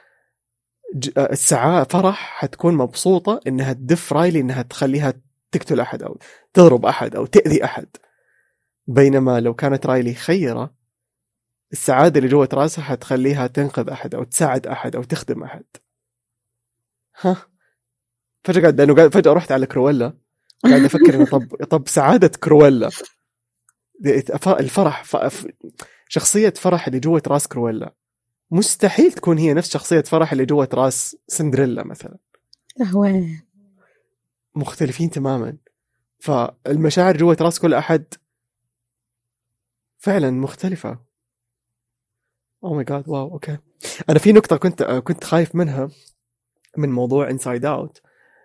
A: فرح حتكون مبسوطة إنها تدف رايلي، إنها تخليها تقتل أحد أو تضرب أحد أو تأذي أحد. بينما لو كانت رايلي خيرة السعادة اللي جوة راسها حتخليها تنقذ أحد أو تساعد أحد أو تخدم أحد. فجأة رحت على كرويلا قاعد أفكر إنه طب سعادة كرويلا الفرح شخصية فرح اللي جوة راس كرويلا مستحيل تكون هي نفس شخصية فرح اللي جوة راس سندريلا مثلا.
B: وين
A: مختلفين تماما. فالمشاعر جوة راس كل أحد فعلا مختلفة. أوه ماي جاد واو أوكي. أنا في نقطة كنت خايف منها من موضوع إنسايد أوت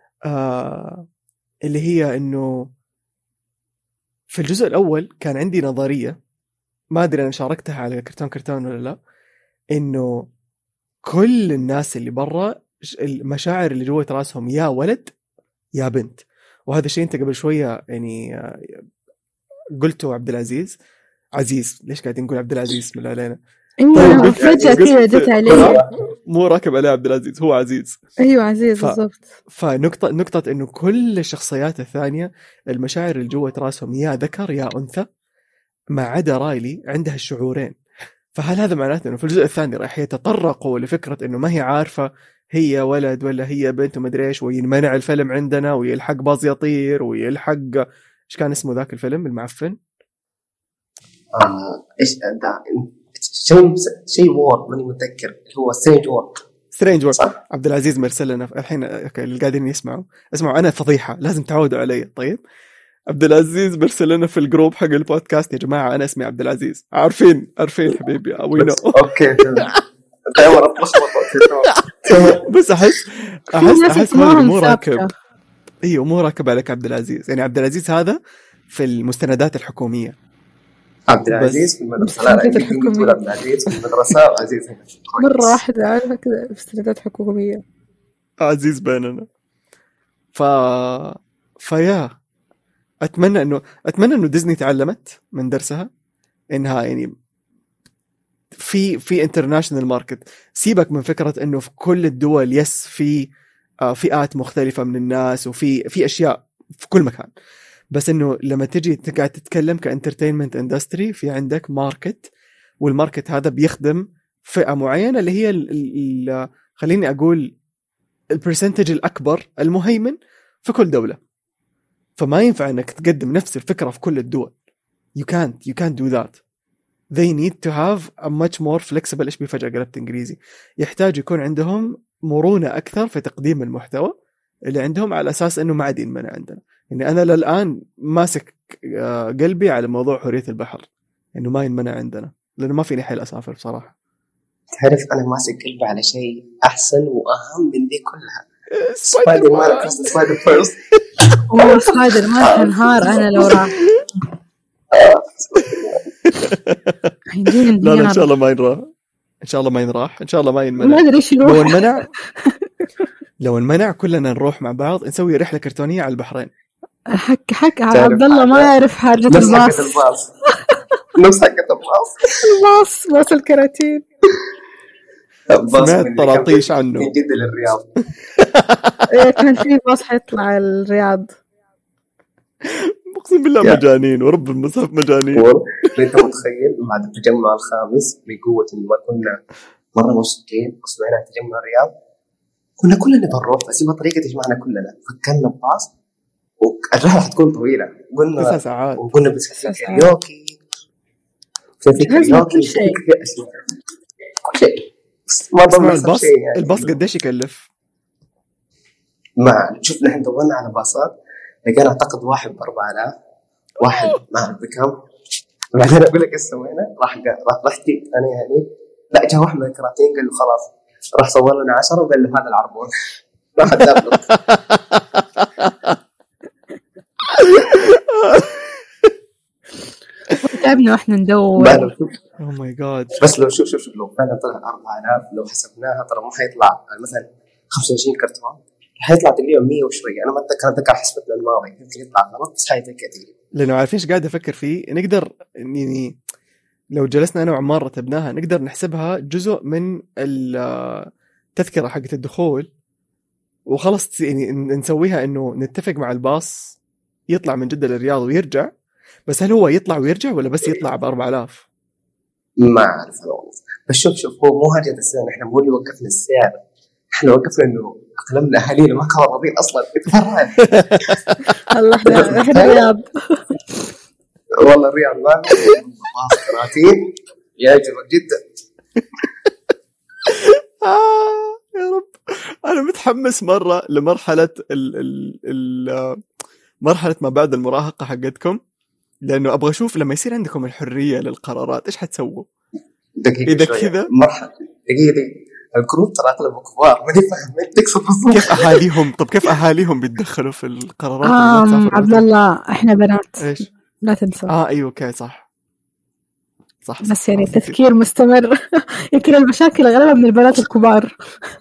A: اللي هي إنه في الجزء الأول كان عندي نظرية ما أدري أنا شاركتها على كرتون ولا لا، إنه كل الناس اللي برا المشاعر اللي جوة راسهم يا ولد يا بنت. وهذا الشيء أنت قبل شوية يعني قلته عبد العزيز ليش قاعدين نقول عبد العزيز بسم الله علينا.
B: ايوه فجأة كذا جت عليه
A: مو راكب عليه عبد العزيز هو عزيز.
B: ايوه عزيز بالضبط.
A: فنقطة انه كل الشخصيات الثانية المشاعر اللي جوه راسهم يا ذكر يا انثى ما عدا رايلي عندها الشعورين. فهل هذا معناته انه في الجزء الثاني راح يتطرقوا لفكرة انه ما هي عارفة هي ولد ولا هي بنت وما ادري ايش وينمنع الفيلم عندنا ويلحق باز يطير ويلحق ايش كان اسمه ذاك الفيلم المعفن
C: ايش ده شيء وورد ماني متذكر هو سترينج وورد.
A: عبد العزيز مرسل لنا الحين اللي قاعدين اسمعوا انا فضيحة لازم تعودوا علي. طيب عبد العزيز مرسل لنا في الجروب حق البودكاست يا جماعة أنا اسمي عبد العزيز. عارفين حبيبي أوينو
C: أوكي
A: بس أحس مو راكب. أيوه مو راكب عليك عبد العزيز. يعني عبد العزيز هذا في المستندات الحكومية.
C: عبد العزيز في المدرسة عبد العزيز في المدرسة وعزيز هنا
B: مرة واحدة عارفة كذا مستندات حكومية
A: عزيز بيننا. فيا أتمنى إنه ديزني تعلمت من درسها إنها يعني في international market. سيبك من فكرة إنه في كل الدول في فئات مختلفة من الناس وفي أشياء في كل مكان. بس إنه لما تجي قاعد تتكلم كانترتينمنت اندستري في عندك ماركت والماركت هذا بيخدم فئة معينة اللي هي خليني أقول البرسنتج الأكبر المهيمن في كل دولة. فما ينفع انك تقدم نفس الفكرة في كل الدول. You can't do that. They need to have a much more flexible إيش بفجأة قلبت إنجليزي. يحتاج يكون عندهم مرونة أكثر في تقديم المحتوى اللي عندهم على أساس إنه ما عاد ينمنع عندنا. يعني أنا للآن ماسك قلبي على موضوع حرية البحر إنه ما ينمنع عندنا لأنه ما فيني حيل أسافر بصراحة.
C: تعرف أنا ماسك قلبي على شيء أحسن وأهم من دي كلها. سبايدر مان سبايدر فيرست
B: سبايدر مان هنهار أنا لو راح.
A: لا إن شاء الله ما ينراح إن شاء الله ما ينراح إن شاء الله ما ينمنع.
B: ما أدري إيش
A: لو انمنع لو انمنع كلنا نروح مع بعض نسوي رحلة كرتونية على البحرين.
B: حك على
C: تعرف
B: عبد الله ما
C: حاجة؟
B: يعرف حاجة
C: نفس حقة
B: الباص.
C: الباص نفس حقة الباص
B: باص الكراتين.
C: الباص
A: سمعت
C: من
A: طراطيش
C: من
A: عنه.
C: جدة للرياض.
B: إيه كان في باص حيطلع الرياض.
A: اقسم بالله
C: يا.
A: مجانين ورب المصحف مجانين.
C: انت متخيل بعد التجمع الخامس بقوة انه ما كنا مرة مبسوطين وسمعنا تجمع الرياض كنا كلنا بنروح بس يبغى طريقة تجمعنا كلنا فكرنا بباص والرحلة حتكون طويلة
A: 9 ساعات.
C: وقلنا بس
B: 9 ساعات.
C: كاريوكي في
B: لازم
C: كاريوكي
B: كل شيء.
C: كل شيء بس ما
A: اسمع
C: ضمن
A: الباص
C: شيء يعني.
A: الباص قديش يكلف؟
C: ما شوف نحن دورنا على باصات لقينا اعتقد واحد ب4000 واحد ما اعرف بكم. بعدين اقول لك ايش سوينا راح جيت انا يعني لا جاء واحد من الكراتين قال له خلاص راح صور لنا 10 وقال له هذا العربون راح ادبلط.
B: تعبنا واحنا ندور.
C: ما لو شوف
A: او ماي جاد.
C: بس لو شوف لو فعلا طلع 4000 لو حسبناها ترى مو حيطلع مثلا 25 كرتون حيطلع تقريبا 100 وشوي. انا ما اتذكر حسبتنا الماضي يمكن يطلع غلط بس حيتذكر تقريبا.
A: لانه عارفين ايش قاعد افكر فيه نقدر يعني لو جلسنا انا وعمار رتبناها نقدر نحسبها جزء من التذكرة حقت الدخول وخلص يعني نسويها انه نتفق مع الباص يطلع من جدة للرياض ويرجع. بس هل هو يطلع ويرجع ولا بس يطلع ب4000؟
C: ما اعرف انا والله. بس شوف هو مو هرجة السعر. احنا مو اللي وقفنا السعر احنا وقفنا انه اقلمنا اهالينا ما كانوا راضيين اصلا.
B: الله احنا الرياض
C: والله الرياض ما باص كراتين يعجبك جدا.
A: يا رب انا متحمس مرة لمرحلة مرحلة ما بعد المراهقة حقتكم لانه ابغى اشوف لما يصير عندكم الحرية للقرارات ايش حتسووا.
C: دقيقة
A: اذا
C: شوية.
A: كذا
C: مرحلة دقيقة الجروب ترى اغلبه كبار ما يفهم من تقصد بالضبط.
A: كيف اهاليهم كيف اهاليهم بيتدخلوا في القرارات اللي لا تسافر
B: عبد الله احنا بنات
A: ايش
B: لا تنسى.
A: ايوه اوكي صح
B: بس يعني تفكير مستمر. يمكن المشاكل اغلبها من البنات الكبار.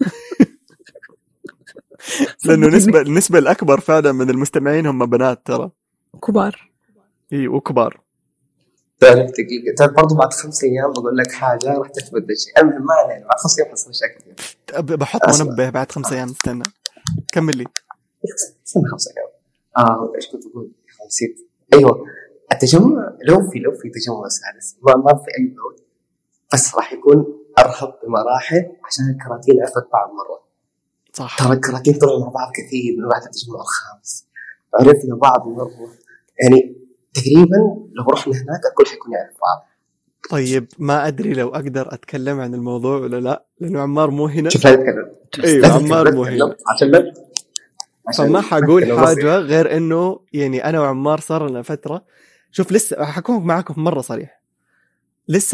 A: لانه النسبة الاكبر فعلا من المستمعين هم بنات ترى
B: كبار.
A: اي وكبار.
C: تعرف دقيقة برضو بعد 5 أيام بقول لك حاجة راح تثبت الشيء. المهم ما علينا بعد 5 أيام حصل شكل
A: بحط منبه بعد 5 أيام. استنى كمل لي.
C: استنى 5 أيام. إيش كنت أقول؟ نسيت. أيوة التجمع لو في تجمع سادس ما في أي بعد بس راح يكون أرهب بمراحل عشان الكراتين عرفت بعض مرة.
A: صح.
C: ترى الكراتين طلعوا مع بعض كثير من بعد التجمع الخامس عرفنا بعض مرة يعني تقريبا لو رحنا هناك الكل حيكون يعرف بعض.
A: طيب ما أدري لو أقدر أتكلم عن الموضوع ولا لا لأنه عمار مو هنا.
C: شوف لا تتكلم.
A: أيوة عمار مو هنا
C: عشان
A: فما حقول حاجة غير إنه يعني أنا وعمار صار لنا فترة. شوف لسه حكون معاكم مرة صريح لسه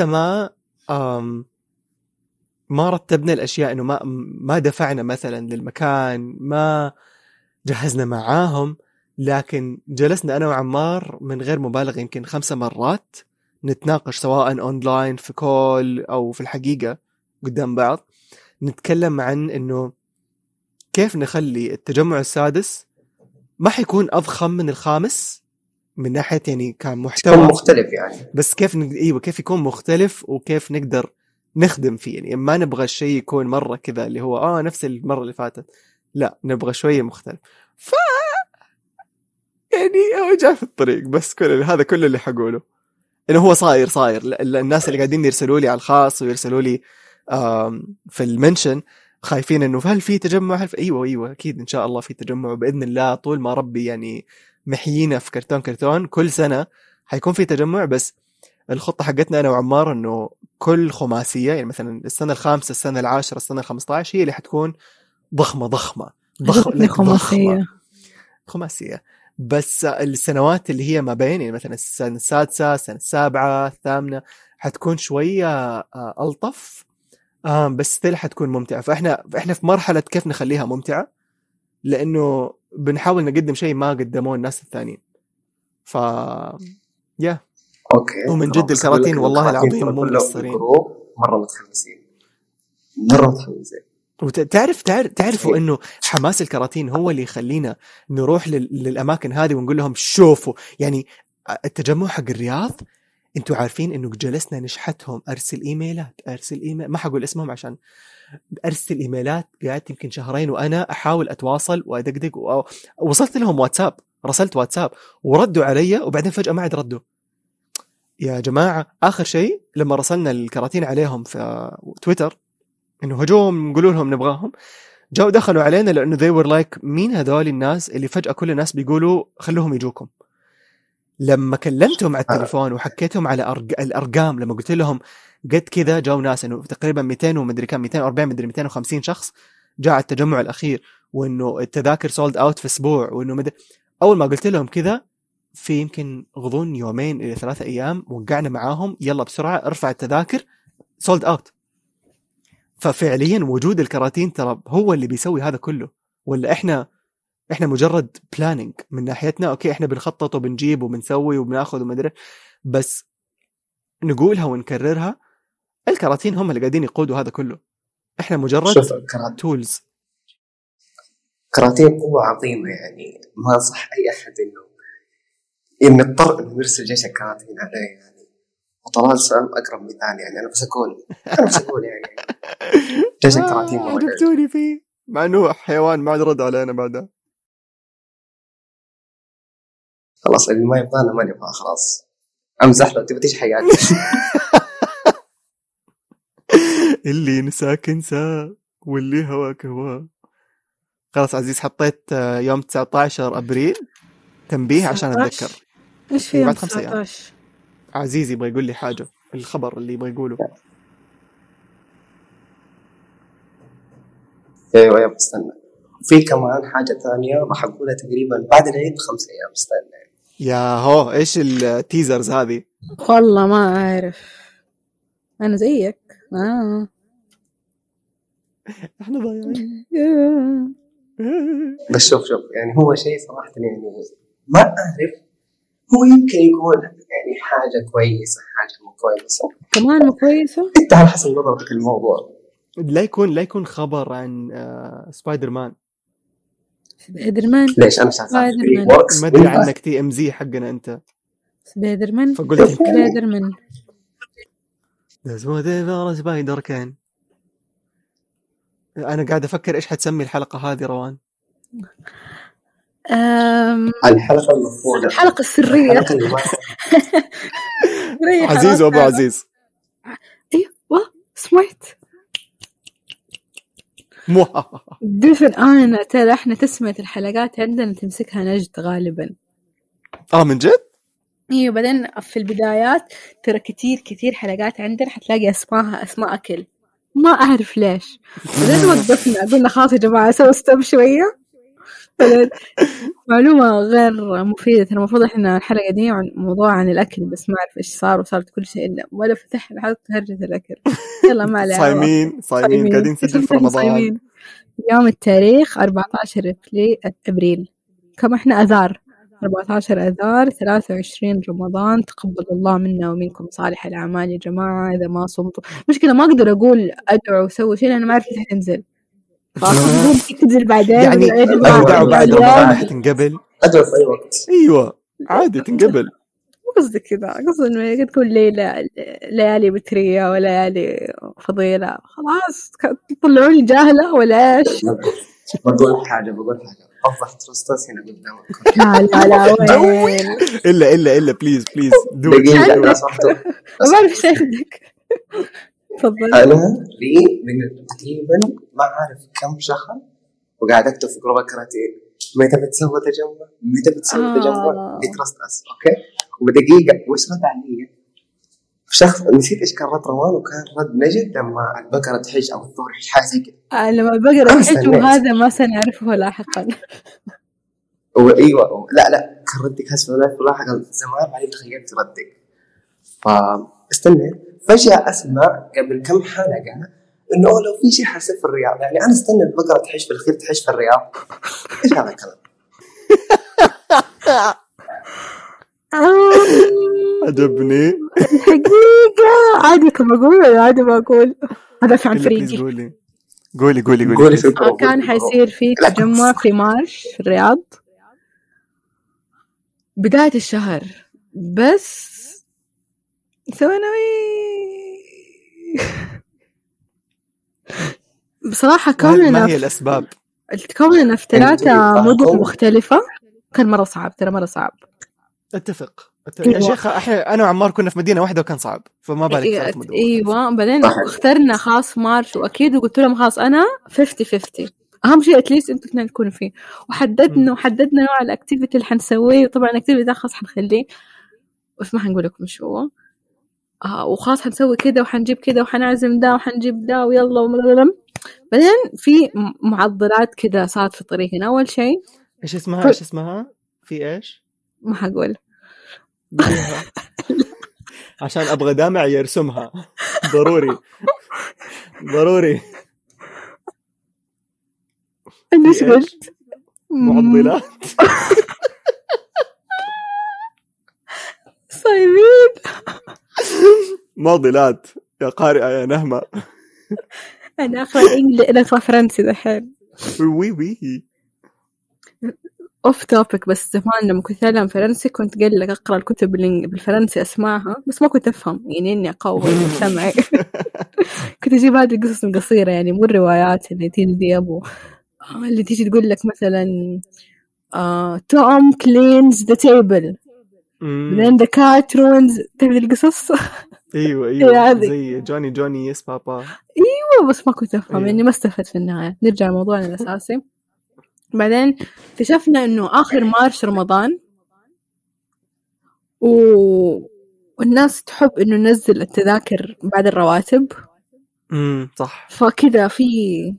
A: ما رتبنا الأشياء إنه ما دفعنا مثلا للمكان ما جهزنا معاهم لكن جلسنا أنا وعمار من غير مبالغة يمكن 5 مرات نتناقش سواء أونلاين في كول أو في الحقيقة قدام بعض نتكلم عن إنه كيف نخلي التجمع السادس ما حيكون أضخم من الخامس من ناحية يعني كان محتوى
C: مختلف يعني
A: بس كيف كيف يكون مختلف وكيف نقدر نخدم فيه يعني ما نبغى الشيء يكون مرة كذا اللي هو نفس المرة اللي فاتت لا نبغى شوية مختلف يعني هو جاء في الطريق بس هذا كل اللي حقوله إنه هو صاير الناس اللي قاعدين يرسلوا لي على الخاص ويرسلوا لي في المنشن خايفين إنه هل في تجمع أيوة أكيد إن شاء الله في تجمع بإذن الله طول ما ربي يعني محيينا في كرتون كل سنة حيكون في تجمع. بس الخطة حقتنا أنا وعمار إنه كل خماسية يعني مثلا السنة 5 السنة 10 السنة 15 هي اللي حتكون ضخمة خماسية بس السنوات اللي هي ما بين يعني مثلا السنة 6 السنة 7 8 حتكون شوية ألطف بس ستيل حتكون ممتعة. فإحنا في مرحلة كيف نخليها ممتعة لأنه بنحاول نقدم شيء ما قدموه الناس الثانيين.
C: أوكي
A: ومن جد الكراتين والله العظيم مو مقصرين
C: مرة متحمسين
A: تعرفوا انه حماس الكراتين هو اللي يخلينا نروح للاماكن هذه ونقول لهم شوفوا. يعني التجمع حق الرياض انتوا عارفين انه جلسنا نشحتهم، ارسل ايميل، ما حقول اسمهم عشان ارسل ايميلات، قعدت يمكن شهرين وانا احاول اتواصل وادقدق وصلت لهم واتساب، رسلت واتساب وردوا علي، وبعدين فجأة ما عاد ردوا. يا جماعة آخر شيء لما رسلنا الكراتين عليهم في تويتر إنه هجوم نقولوا لهم نبغاهم، جاءوا دخلوا علينا لأنه they were like مين هذول الناس اللي فجأة كل الناس بيقولوا خلوهم يجوكم. لما كلمتهم على التليفون وحكيتهم على الأرقام، لما قلت لهم قد كذا، جاءوا ناس إنه تقريبا 200 ومدري كم 240 مدري 250 شخص جاء التجمع الأخير، وإنه التذاكر سولد أوت في أسبوع، وإنه أول ما قلت لهم كذا في يمكن غضون 2 إلى 3 أيام وقعنا معاهم يلا بسرعة ارفع التذاكر سولد أوت. ففعليا وجود الكراتين ترى هو اللي بيسوي هذا كله، ولا إحنا مجرد بلانينج من ناحيتنا. أوكي إحنا بنخطط وبنجيب وبنسوي وبناخذ ومدري، بس نقولها ونكررها، الكراتين هم اللي قاعدين يقودوا هذا كله، إحنا مجرد تولز.
C: كراتين قوة عظيمة، يعني ما صح أي أحد إنه نضطر إنه نرسل جيش الكراتين عليه يعني. وطلال سام أقرب مثال، يعني أنا بس أقول يعني جيش الكراتين
A: عجبتوني فيه، مع إنه حيوان ما عاد رد علينا بعدها.
C: خلاص اللي ما يبغانا ما نبغاه، خلاص أمزح له، تبي تيجي حياتي.
A: اللي نساك انسى واللي هواك هوا. خلاص عزيز، حطيت يوم 19 أبريل تنبيه عشان أتذكر.
B: إيش في يوم 19؟
A: عزيز يبغى يقول لي حاجة، الخبر اللي يبغى يقوله.
C: ايوه استنى، في كمان حاجة ثانية راح أقولها تقريبا بعد العيد ب5 أيام. استنى
A: يا هو ايش التيزرز هذه؟
B: والله ما أعرف، أنا زيك.
C: احنا ضايعين. بس شوف يعني هو شيء صراحة يعني ما أعرف، هو يمكن يكون يعني حاجة كويسة، حاجة مو كويسة،
B: كمان مو كويسة.
C: انت على حسب نظرتك الموضوع.
A: لا يكون خبر عن سبايدر مان.
C: ليش انا شايف
A: ما ادري عنك تي ام زي حقنا انت
B: سبايدر مان،
A: فقلت
B: سبايدر مان
A: سبايدر كان. انا قاعد افكر ايش حتسمي الحلقة هذه روان.
C: الحلقة المفروضة
B: الحلقة السرية.
A: عزيز وابو عزيز.
B: ايوه سمعت دفن. انا ترى احنا تسمية الحلقات عندنا تمسكها نجد غالبا.
A: من جد؟
B: ايوه، بعدين في البدايات ترى كتير حلقات عندنا حتلاقي اسماء اكل، ما اعرف ليش. بعدين وقفنا قلنا خلاص يا جماعة سووا ستوب شوية. معلومة غير مفيدة، ترى المفروض احنا الحلقة دي عن موضوع عن الأكل، بس ما أعرف إيش صار، وصارت كل شيء إلا ولا فتحنا حلقة هرجة الأكل. يلا ما عليها.
A: صايمين قاعدين نسجل في رمضان.
B: اليوم التاريخ 14 أبريل، كم احنا أذار 14 أذار 23 رمضان. تقبل الله منا ومنكم صالح الأعمال يا جماعة. إذا ما صمتوا مشكلة ما أقدر أقول أدعو وسوي شيء لأنه ما أعرف كيف تنزل. تنزل بعدين
A: يعني أدعو بعد رمضان حتنقبل.
C: أدعو في أي وقت.
A: أيوة عادي تنقبل.
B: مو قصدي كذا، قصدي إنه تكون ليالي بترية وليالي فضيلة. خلاص تطلعوني جاهلة ولا إيش؟
C: بقول حاجة أوضح ترستس هنا قدامك.
B: لا وين؟
A: إلا بليز
C: دقيقة لو سمحتوا.
B: ما أعرف إيش عندك. تفضل.
C: أنا من تقريبا ما أعرف كم شهر وقاعد أكتب في جروب كراتين متى بتسوي تجمع بترستس. أوكي، ودقيقة وش رد علي شخص نسيت إيش كان رد روان، وكان رد نجد لما البقرة تحج أو الثور يحج حاجة زي كده.
B: لما البقرة تحج وهذا ما سنعرفه لاحقا.
C: وأيوة لا كان ردك هسه لاحقا زمان بعدين تخيلت ردك. فاستنى فجأة أسمع قبل كم حلقة إنه لو في شيء حصل في الرياض، يعني أنا استنى البقرة تحج في الخير تحج في الرياض. إيش هذا الكلام؟
A: عجبني
B: الحقيقة. عادي كم أقول ولا عادي ما أقول؟ هذا في عن فريقي.
A: قولي
C: قولي في البرو.
B: كان حيصير في
C: لا،
B: تجمع في مارش في الرياض بداية الشهر، بس ثانوي بصراحة
A: ما هي الأسباب؟
B: كوننا في 3 مدن مختلفة كان مرة صعب، ترى مرة صعب.
A: اتفق يا شيخ، انا وعمار كنا في مدينه واحده وكان صعب، فما بالك 3 مدن.
B: ايوه بعدين اخترنا خاص مارش، واكيد قلت لهم خلاص انا 50-50 اهم شيء اتليست انتوا اثنين تكونوا فيه، وحددنا نوع الاكتيفيتي اللي حنسويه. طبعا الاكتيفيتي ده خاص حنخليه بس ما حنقول لكم شو هو. وخاص حنسوي كده وحنجيب كده وحنعزم ده وحنجيب ده ويلا ومللم. بعدين في معضلات كده صارت في طريقنا. اول شيء
A: ايش اسمها في ايش
B: ما حقول
A: عشان ابغى دامع يرسمها ضروري
B: ايش قلت؟
A: معضلات
B: صايمين
A: معضلات يا قارئة يا نهمة.
B: انا اقرا فرنسي دحين.
A: وي
B: اوف توبيك، بس زمان لما كنت اتعلم فرنسي كنت قال لك اقرا الكتب بالفرنسي اسمعها، بس ما كنت افهم يعني اني اقوي سمعي. كنت اجيب هذه القصص القصيره يعني مو الروايات اللي تيجي دي ابو اللي تيجي تقول لك مثلا توم كلينز ذا تيبل then the cat ruins. تعرف القصص؟
A: ايوه زي جوني يس بابا.
B: ايوه بس ما كنت افهم يعني ما استفدت في النهايه. نرجع لموضوعنا الاساسي. بعدين اكتشفنا انه اخر مارش رمضان والناس تحب انه ننزل التذاكر بعد الرواتب.
A: صح.
B: فكذا في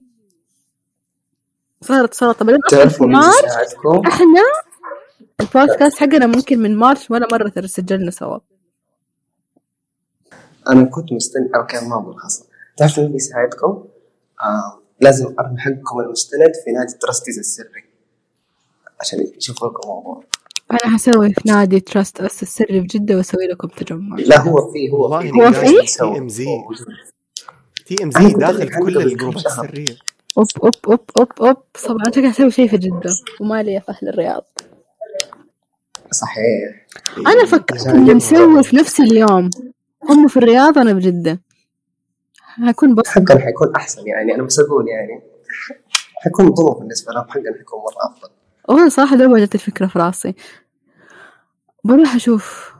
B: صارت سلطه. بعدين
C: تعرفوا
B: مارش احنا البودكاست حقنا ممكن من مارش ولا مره ترى سجلنا سوا.
C: انا كنت مستني او كان ما بالخاصه. تعرفوا مين بيساعدكم؟ لازم ارمي حقكم المستند في نادي تراستيز السري عشان يشوفوا لكم موضوع.
B: انا حسوي في نادي تراست اس السري في جدة واسوي لكم تجمع.
C: لا هو في
A: تي ام زي داخل كل الجروبات السريه.
B: اوب طبعا شكلي اسوي شيء في جدة وما لي في اهل الرياض.
C: صحيح.
B: انا فكرت اني نسوي في نفس اليوم، هم في الرياض انا بجدة، هيكون بس
C: حقا حيكون احسن يعني. انا بس اقول يعني حيكون ظروف بالنسبه لهم، حقا حيكون مره افضل.
B: صراحه دوبت الفكره في راسي. بروح اشوف،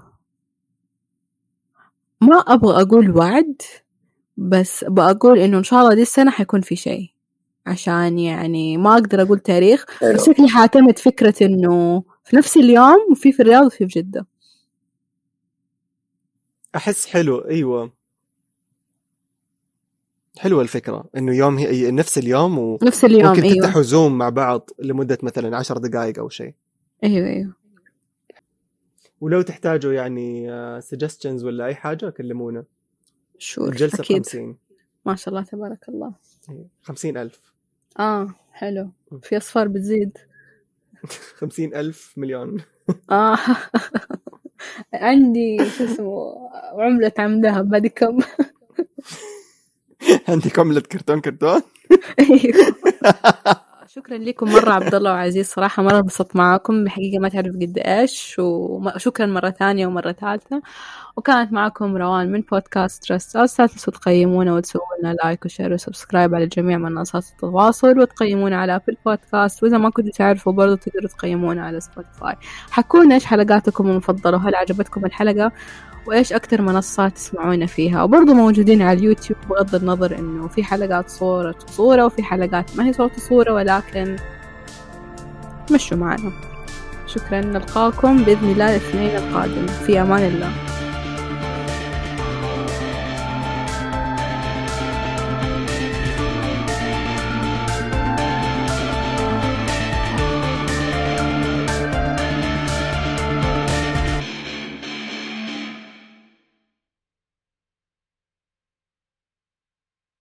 B: ما ابغى اقول وعد بس بقول انه ان شاء الله دي السنه حيكون في شيء، عشان يعني ما اقدر اقول تاريخ بس شكلي حاعتمد فكره انه في نفس اليوم وفي الرياض وفي جده.
A: احس حلو. ايوه حلوة الفكرة إنه يوم هي نفس اليوم
B: نفس اليوم.
A: ممكن تفتحوا زوم مع بعض لمدة مثلا 10 دقائق أو شيء.
B: أيوة.
A: ولو تحتاجوا يعني suggestions ولا أي حاجة كلمونا. الجلسة
B: أكيد.
A: 50.
B: ما شاء الله تبارك الله.
A: 50,000.
B: حلو. في أصفار بتزيد.
A: 50,000 مليون.
B: عندي شو اسمه عملة عم ذهب هذه كم.
A: عندك عملة كرتون.
B: شكرا لكم مرة عبد الله وعزيز، صراحة مرة انبسطت معاكم بحقيقة ما تعرف قد ايش، وشكرا مرة ثانية ومرة ثالثة. وكانت معكم روان من بودكاست تراست أس. لا تنسوا تقيمونا وتسووا لنا لايك وشير وسبسكرايب على جميع منصات التواصل، وتقيمونا على أبل بودكاست، وإذا ما كنتوا تعرفوا برضو تقدروا تقيمونا على سبوتيفاي. حكونا إيش حلقاتكم المفضلة وهل عجبتكم الحلقة وإيش أكتر منصات تسمعونا فيها. وبرضو موجودين على اليوتيوب بغض النظر إنه في حلقات صورة وفي حلقات ما هي صورة ولكن مشوا معنا. شكرا، نلقاكم بإذن الله الاثنين القادم. في أمان الله.